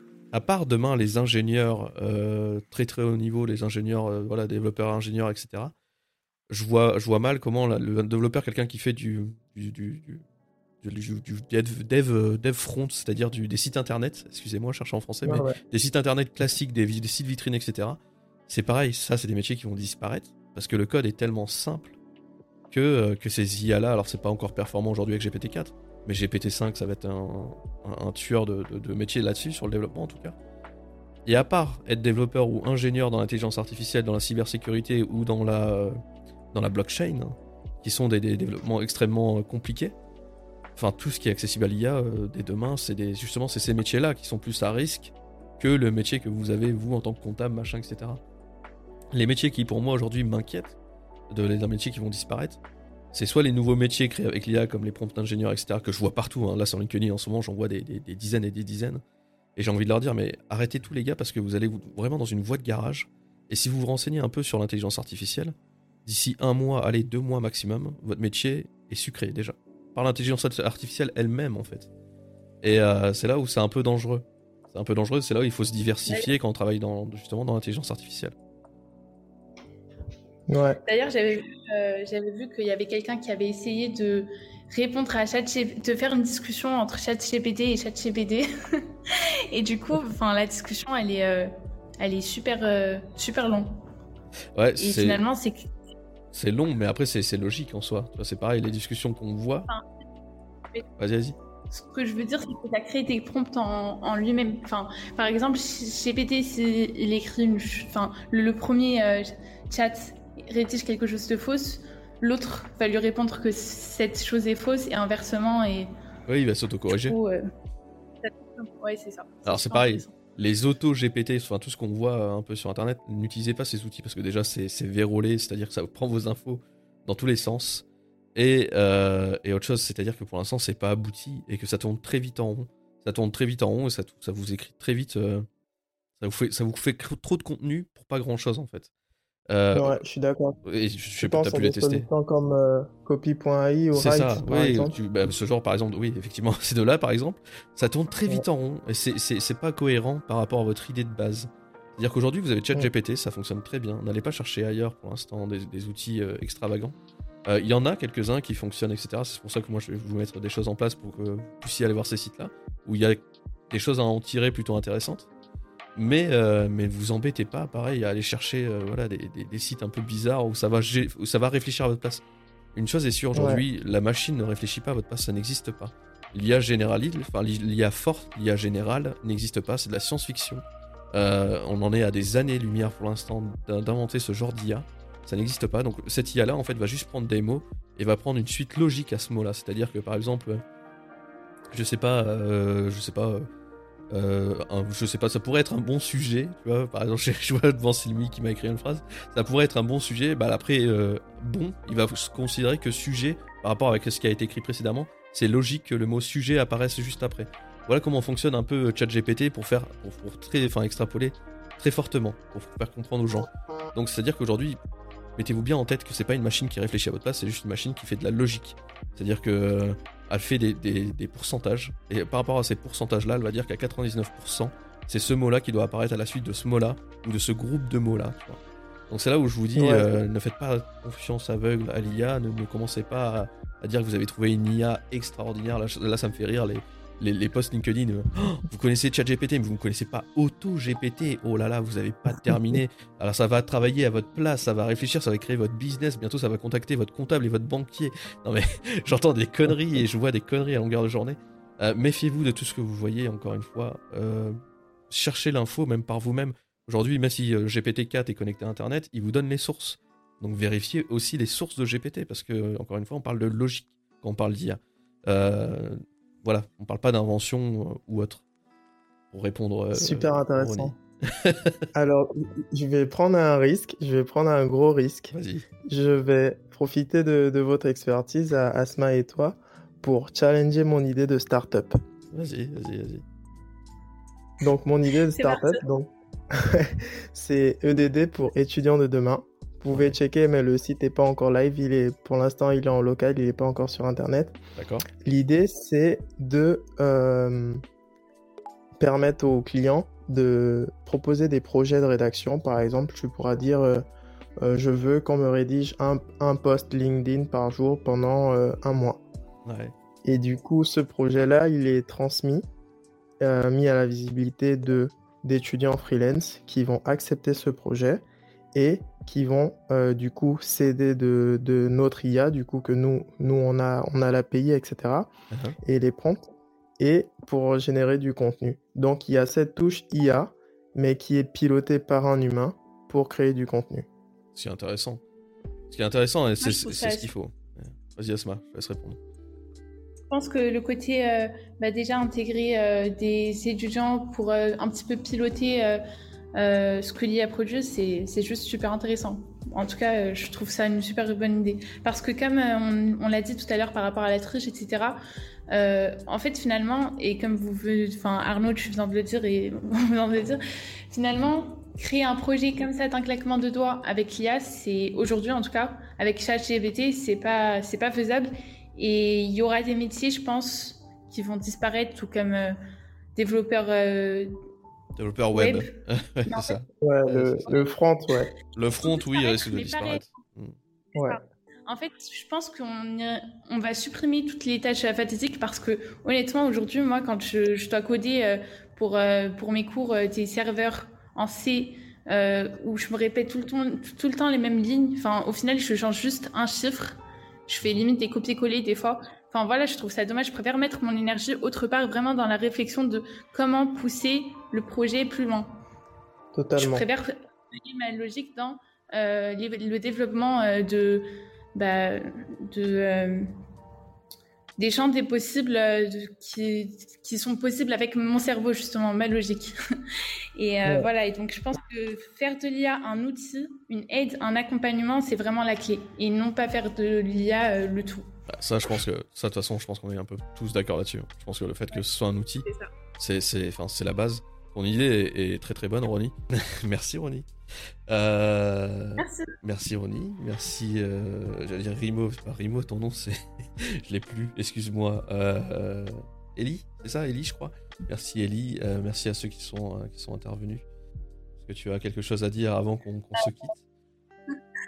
À part demain les ingénieurs euh, très très haut niveau, les ingénieurs, euh, voilà, développeurs ingénieurs, et cetera. Je vois, je vois mal comment la- le développeur, quelqu'un qui fait du, du, du, du, du- du dev, dev, dev front, c'est-à-dire du, des sites internet, excusez-moi, je cherche en français, mais Ouais, ouais. des sites internet classiques, des, vi- des sites vitrines, et cetera. C'est pareil, ça c'est des métiers qui vont disparaître parce que le code est tellement simple que, euh, que ces I A-là, alors c'est pas encore performant aujourd'hui avec G P T quatre, mais G P T cinq ça va être un, un, un tueur de, de, de métiers là-dessus, sur le développement en tout cas. Et à part être développeur ou ingénieur dans l'intelligence artificielle, dans la cybersécurité ou dans la, euh, dans la blockchain, hein, qui sont des, des développements extrêmement euh, compliqués, enfin tout ce qui est accessible à l'I A euh, dès demain, c'est des, justement c'est ces métiers-là qui sont plus à risque que le métier que vous avez vous en tant que comptable, machin, et cetera. Les métiers qui pour moi aujourd'hui m'inquiètent, de les un métiers qui vont disparaître, c'est soit les nouveaux métiers créés avec l'I A comme les prompts ingénieurs, et cetera, que je vois partout, hein. Là sur LinkedIn en ce moment j'en vois des, des, des dizaines et des dizaines, et j'ai envie de leur dire mais arrêtez tous les gars parce que vous allez vous, vraiment dans une voie de garage, et si vous vous renseignez un peu sur l'intelligence artificielle, d'ici un mois, allez deux mois maximum, votre métier est sucré déjà, par l'intelligence artificielle elle-même en fait. Et euh, c'est là où c'est un peu dangereux. C'est un peu dangereux, c'est là où il faut se diversifier quand on travaille dans, justement dans l'intelligence artificielle. Ouais. D'ailleurs, j'avais vu, euh, j'avais vu qu'il y avait quelqu'un qui avait essayé de répondre à ChatGPT, de faire une discussion entre ChatGPT et ChatGPT. Et du coup, enfin, la discussion, elle est, euh, elle est super, euh, super longue. Ouais, Et c'est, finalement, c'est que c'est long, mais après c'est, c'est logique en soi. Tu vois, c'est pareil, les discussions qu'on voit. Enfin, oui. Vas-y, vas-y. ce que je veux dire, c'est que ça crée des prompts en, en lui-même. Enfin, par exemple, G P T, s'il écrit une, ch- enfin, le, le premier euh, chat rédige quelque chose de fausse, l'autre va lui répondre que cette chose est fausse et inversement. Et Oui, il va du s'auto-corriger. coup, euh, ça- ouais, c'est ça. Alors c'est pareil, les auto-G P T, enfin tout ce qu'on voit un peu sur internet, n'utilisez pas ces outils parce que déjà c'est, c'est vérolé, c'est-à-dire que ça prend vos infos dans tous les sens. Et, euh, et autre chose, c'est-à-dire que pour l'instant c'est pas abouti et que ça tourne très vite en rond. Ça tourne très vite en rond et ça, ça vous écrit très vite. euh, ça, vous fait, ça vous fait trop de contenu pour pas grand-chose en fait. Euh, Ouais, je suis d'accord. et je, je Je sais pas, pense t'as à pu les des tester. solutions comme euh, copy point A I ou C'est Write, ça, par oui, exemple. tu- bah, ce genre par exemple, oui, effectivement, ces deux-là par exemple, ça tourne très vite en rond et c'est, c'est, c'est pas cohérent par rapport à votre idée de base. C'est-à-dire qu'aujourd'hui vous avez ChatGPT, ça fonctionne très bien, n'allez pas chercher ailleurs pour l'instant des, des outils euh, extravagants. Euh, Il y en a quelques-uns qui fonctionnent, et cetera. C'est pour ça que moi je vais vous mettre des choses en place pour que vous puissiez aller voir ces sites-là, où il y a des choses à en tirer plutôt intéressantes. Mais, euh, mais vous embêtez pas, pareil, à aller chercher euh, voilà, des, des, des sites un peu bizarres où ça, va gé- où ça va réfléchir à votre place. Une chose est sûre, aujourd'hui, ouais. la machine ne réfléchit pas à votre place, ça n'existe pas. L'I A généraliste, enfin l'I A forte, l'I A générale n'existe pas, c'est de la science-fiction. Euh, on en est à des années-lumière pour l'instant d'inventer ce genre d'I A. Ça n'existe pas, donc cette I A-là, en fait, va juste prendre des mots et va prendre une suite logique à ce mot-là. C'est-à-dire que, par exemple, je sais pas, euh, je sais pas... Euh, un, je sais pas, ça pourrait être un bon sujet, tu vois, par exemple, je vois devant Sylvie qui m'a écrit une phrase, ça pourrait être un bon sujet, bah après, euh, bon, il va se considérer que sujet, par rapport avec ce qui a été écrit précédemment, c'est logique que le mot sujet apparaisse juste après. Voilà comment fonctionne un peu ChatGPT pour faire, pour, pour très, enfin, extrapoler très fortement, pour faire comprendre aux gens. Donc c'est-à-dire qu'aujourd'hui, mettez-vous bien en tête que c'est pas une machine qui réfléchit à votre place, c'est juste une machine qui fait de la logique. C'est-à-dire que euh, elle fait des, des, des pourcentages, et par rapport à ces pourcentages-là, elle va dire qu'à quatre-vingt-dix-neuf pour cent, c'est ce mot-là qui doit apparaître à la suite de ce mot-là, ou de ce groupe de mots-là. Tu vois. Donc c'est là où je vous dis, ouais. euh, ne faites pas confiance aveugle à l'I A, ne, ne commencez pas à, à dire que vous avez trouvé une I A extraordinaire. Là, là ça me fait rire, les, les, les posts LinkedIn. Euh, oh, vous connaissez ChatGPT, mais vous ne connaissez pas AutoGPT. Oh là là, vous n'avez pas terminé. Alors ça va travailler à votre place, ça va réfléchir, ça va créer votre business. Bientôt, ça va contacter votre comptable et votre banquier. Non mais j'entends des conneries et je vois des conneries à longueur de journée. Euh, méfiez-vous de tout ce que vous voyez, encore une fois. Euh, cherchez l'info, même par vous-même. Aujourd'hui, même si euh, G P T quatre est connecté à Internet, il vous donne les sources. Donc vérifiez aussi les sources de G P T, parce que, encore une fois, on parle de logique quand on parle d'I A. Euh, voilà, on parle pas d'invention euh, ou autre. Pour répondre... Euh, Super intéressant. Alors, je vais prendre un risque, je vais prendre un gros risque. Vas-y. Je vais profiter de, de votre expertise, à Asma et toi, pour challenger mon idée de start-up. Vas-y, vas-y, vas-y. Donc, mon idée de start-up, donc, c'est E D D pour étudiants de demain. Vous pouvez checker, mais le site n'est pas encore live. Il est, pour l'instant, il est en local, il n'est pas encore sur Internet. D'accord. L'idée, c'est de euh, permettre aux clients de proposer des projets de rédaction. Par exemple, tu pourras dire euh, euh, je veux qu'on me rédige un, un post LinkedIn par jour pendant euh, un mois. Ouais. Et du coup, ce projet-là, il est transmis, euh, mis à la visibilité de, d'étudiants freelance qui vont accepter ce projet et qui vont euh, du coup s'aider de, de notre I A, du coup que nous, nous on a, on a l'A P I, et cetera. Uh-huh. Et les prompts, et pour générer du contenu. Donc il y a cette touche I A, mais qui est pilotée par un humain pour créer du contenu. C'est intéressant. Ce qui est intéressant, c'est, c'est, c'est ça... ce qu'il faut. Vas-y Asma, je laisse répondre. Je pense que le côté euh, bah déjà intégrer euh, des étudiants pour euh, un petit peu piloter euh, euh, ce que l'I A produit, c'est, c'est juste super intéressant. En tout cas, euh, je trouve ça une super bonne idée. Parce que comme euh, on, on l'a dit tout à l'heure par rapport à la triche, et cetera, euh, en fait, finalement, et comme vous venez, enfin Arnaud, tu viens de le dire, et vous venez de le dire, finalement, créer un projet comme ça d'un claquement de doigts avec l'I A, c'est aujourd'hui en tout cas, avec ChatGPT, c'est pas, c'est pas faisable. Et il y aura des métiers, je pense, qui vont disparaître, tout comme euh, développeur, euh, développeur web. web. c'est non, ça. Ouais, le, ouais, le front, ouais. Le front, oui, il risque de disparaître. Ouais. En fait, je pense qu'on on va supprimer toutes les tâches fatidiques parce que, honnêtement, aujourd'hui, moi, quand je, je dois coder euh, pour, euh, pour mes cours euh, des serveurs en C, euh, où je me répète tout le temps, tout, tout le temps les mêmes lignes, enfin, au final, je change juste un chiffre. Je fais limite des copier-coller des fois. Enfin voilà, je trouve ça dommage. Je préfère mettre mon énergie autre part, vraiment dans la réflexion de comment pousser le projet plus loin. Totalement. Je préfère donner ma logique dans euh, le développement euh, de, bah, de euh, des champs des possibles euh, de, qui, qui sont possibles avec mon cerveau, justement, ma logique. Et euh, ouais. Voilà, et donc je pense que faire de l'I A un outil, une aide, un accompagnement, c'est vraiment la clé. Et non pas faire de l'I A euh, le tout. Ça, je pense que, ça, de toute façon, je pense qu'on est un peu tous d'accord là-dessus. Je pense que le fait que ce soit un outil, c'est, ça. c'est, c'est, enfin, c'est la base. Ton idée est, est très très bonne, Ronnie. Merci, Ronnie. Euh... Merci. Merci, Ronnie. Merci. Euh... J'allais dire Rimo. C'est pas Rimo, ton nom, c'est. Je l'ai plus. Excuse-moi. Euh... Ellie, c'est ça, Ellie, je crois. Merci, Ellie. Euh, merci à ceux qui sont, euh, qui sont intervenus. Est-ce que tu as quelque chose à dire avant qu'on, qu'on se quitte?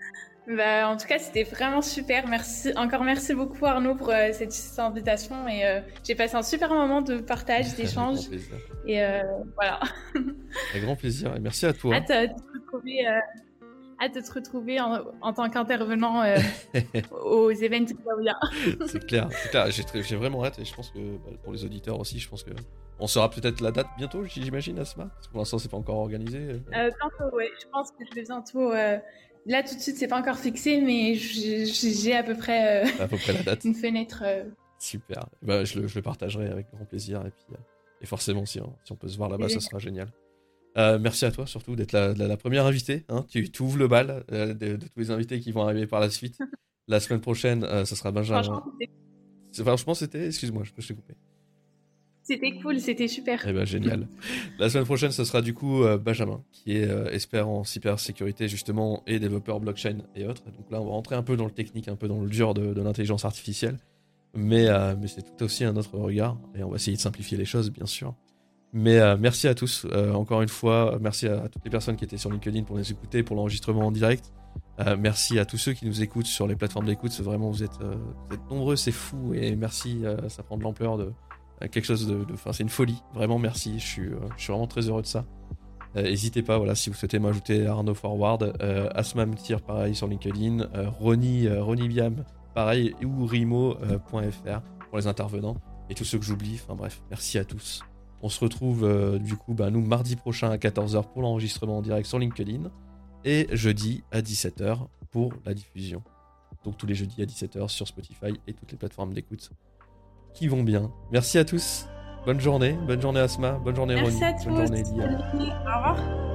Bah, en tout cas, c'était vraiment super. Merci, encore merci beaucoup Arnaud pour euh, cette, cette invitation. Et euh, j'ai passé un super moment de partage, d'échange. Avec grand plaisir. Et euh, voilà. Avec grand plaisir. Et merci à toi. Hâte euh, de te retrouver, euh, hâte de te retrouver en, en tant qu'intervenant euh, aux événements Zaouia. C'est clair, c'est clair. J'ai, très, j'ai vraiment hâte et je pense que bah, pour les auditeurs aussi, je pense que on saura peut-être la date bientôt, j'imagine, Asma. Parce que pour l'instant, c'est pas encore organisé. Euh, bientôt, ouais. Je pense que je vais bientôt. Euh... Là, tout de suite, c'est pas encore fixé, mais j'ai, j'ai à peu près, euh, à peu près la date. Une fenêtre. Euh... Super. Bah, je, le, je le partagerai avec grand plaisir. Et, puis, euh, et forcément, si, hein, si on peut se voir là-bas, ça sera génial. Euh, merci à toi, surtout, d'être la, la, la première invitée. Hein. Tu, tu ouvres le bal euh, de, de tous les invités qui vont arriver par la suite. La semaine prochaine, euh, ça sera Benjamin. Franchement, c'était... C'est, franchement, c'était... Excuse-moi, je, je t'ai coupé. C'était cool, c'était super. Eh ben génial. La semaine prochaine, ce sera du coup euh, Benjamin, qui est euh, expert en cybersécurité justement et développeur blockchain et autres. Donc là, on va rentrer un peu dans le technique, un peu dans le dur de, de l'intelligence artificielle. Mais, euh, mais c'est tout aussi un autre regard. Et on va essayer de simplifier les choses, bien sûr. Mais euh, merci à tous. Euh, encore une fois, merci à, à toutes les personnes qui étaient sur LinkedIn pour nous écouter, pour l'enregistrement en direct. Euh, merci à tous ceux qui nous écoutent sur les plateformes d'écoute. C'est vraiment, vous êtes, euh, vous êtes nombreux, c'est fou. Et merci, euh, ça prend de l'ampleur de... quelque chose de, de enfin c'est une folie, vraiment merci, je suis, euh, je suis vraiment très heureux de ça. Euh, n'hésitez pas, voilà, si vous souhaitez m'ajouter Arnaud Forward, euh, Asma Mtir pareil sur LinkedIn, euh, Ronnie, euh, Ronnie Biam pareil, ou Rimo point F R pour les intervenants et tous ceux que j'oublie, enfin bref, merci à tous. On se retrouve euh, du coup bah, nous mardi prochain à quatorze heures pour l'enregistrement en direct sur LinkedIn et jeudi à dix-sept heures pour la diffusion. Donc tous les jeudis à dix-sept heures sur Spotify et toutes les plateformes d'écoute qui vont bien. Merci à tous. Bonne journée. Bonne journée Asma. Bonne journée Merci Ronnie. à tous. Bonne journée Lia. Au revoir.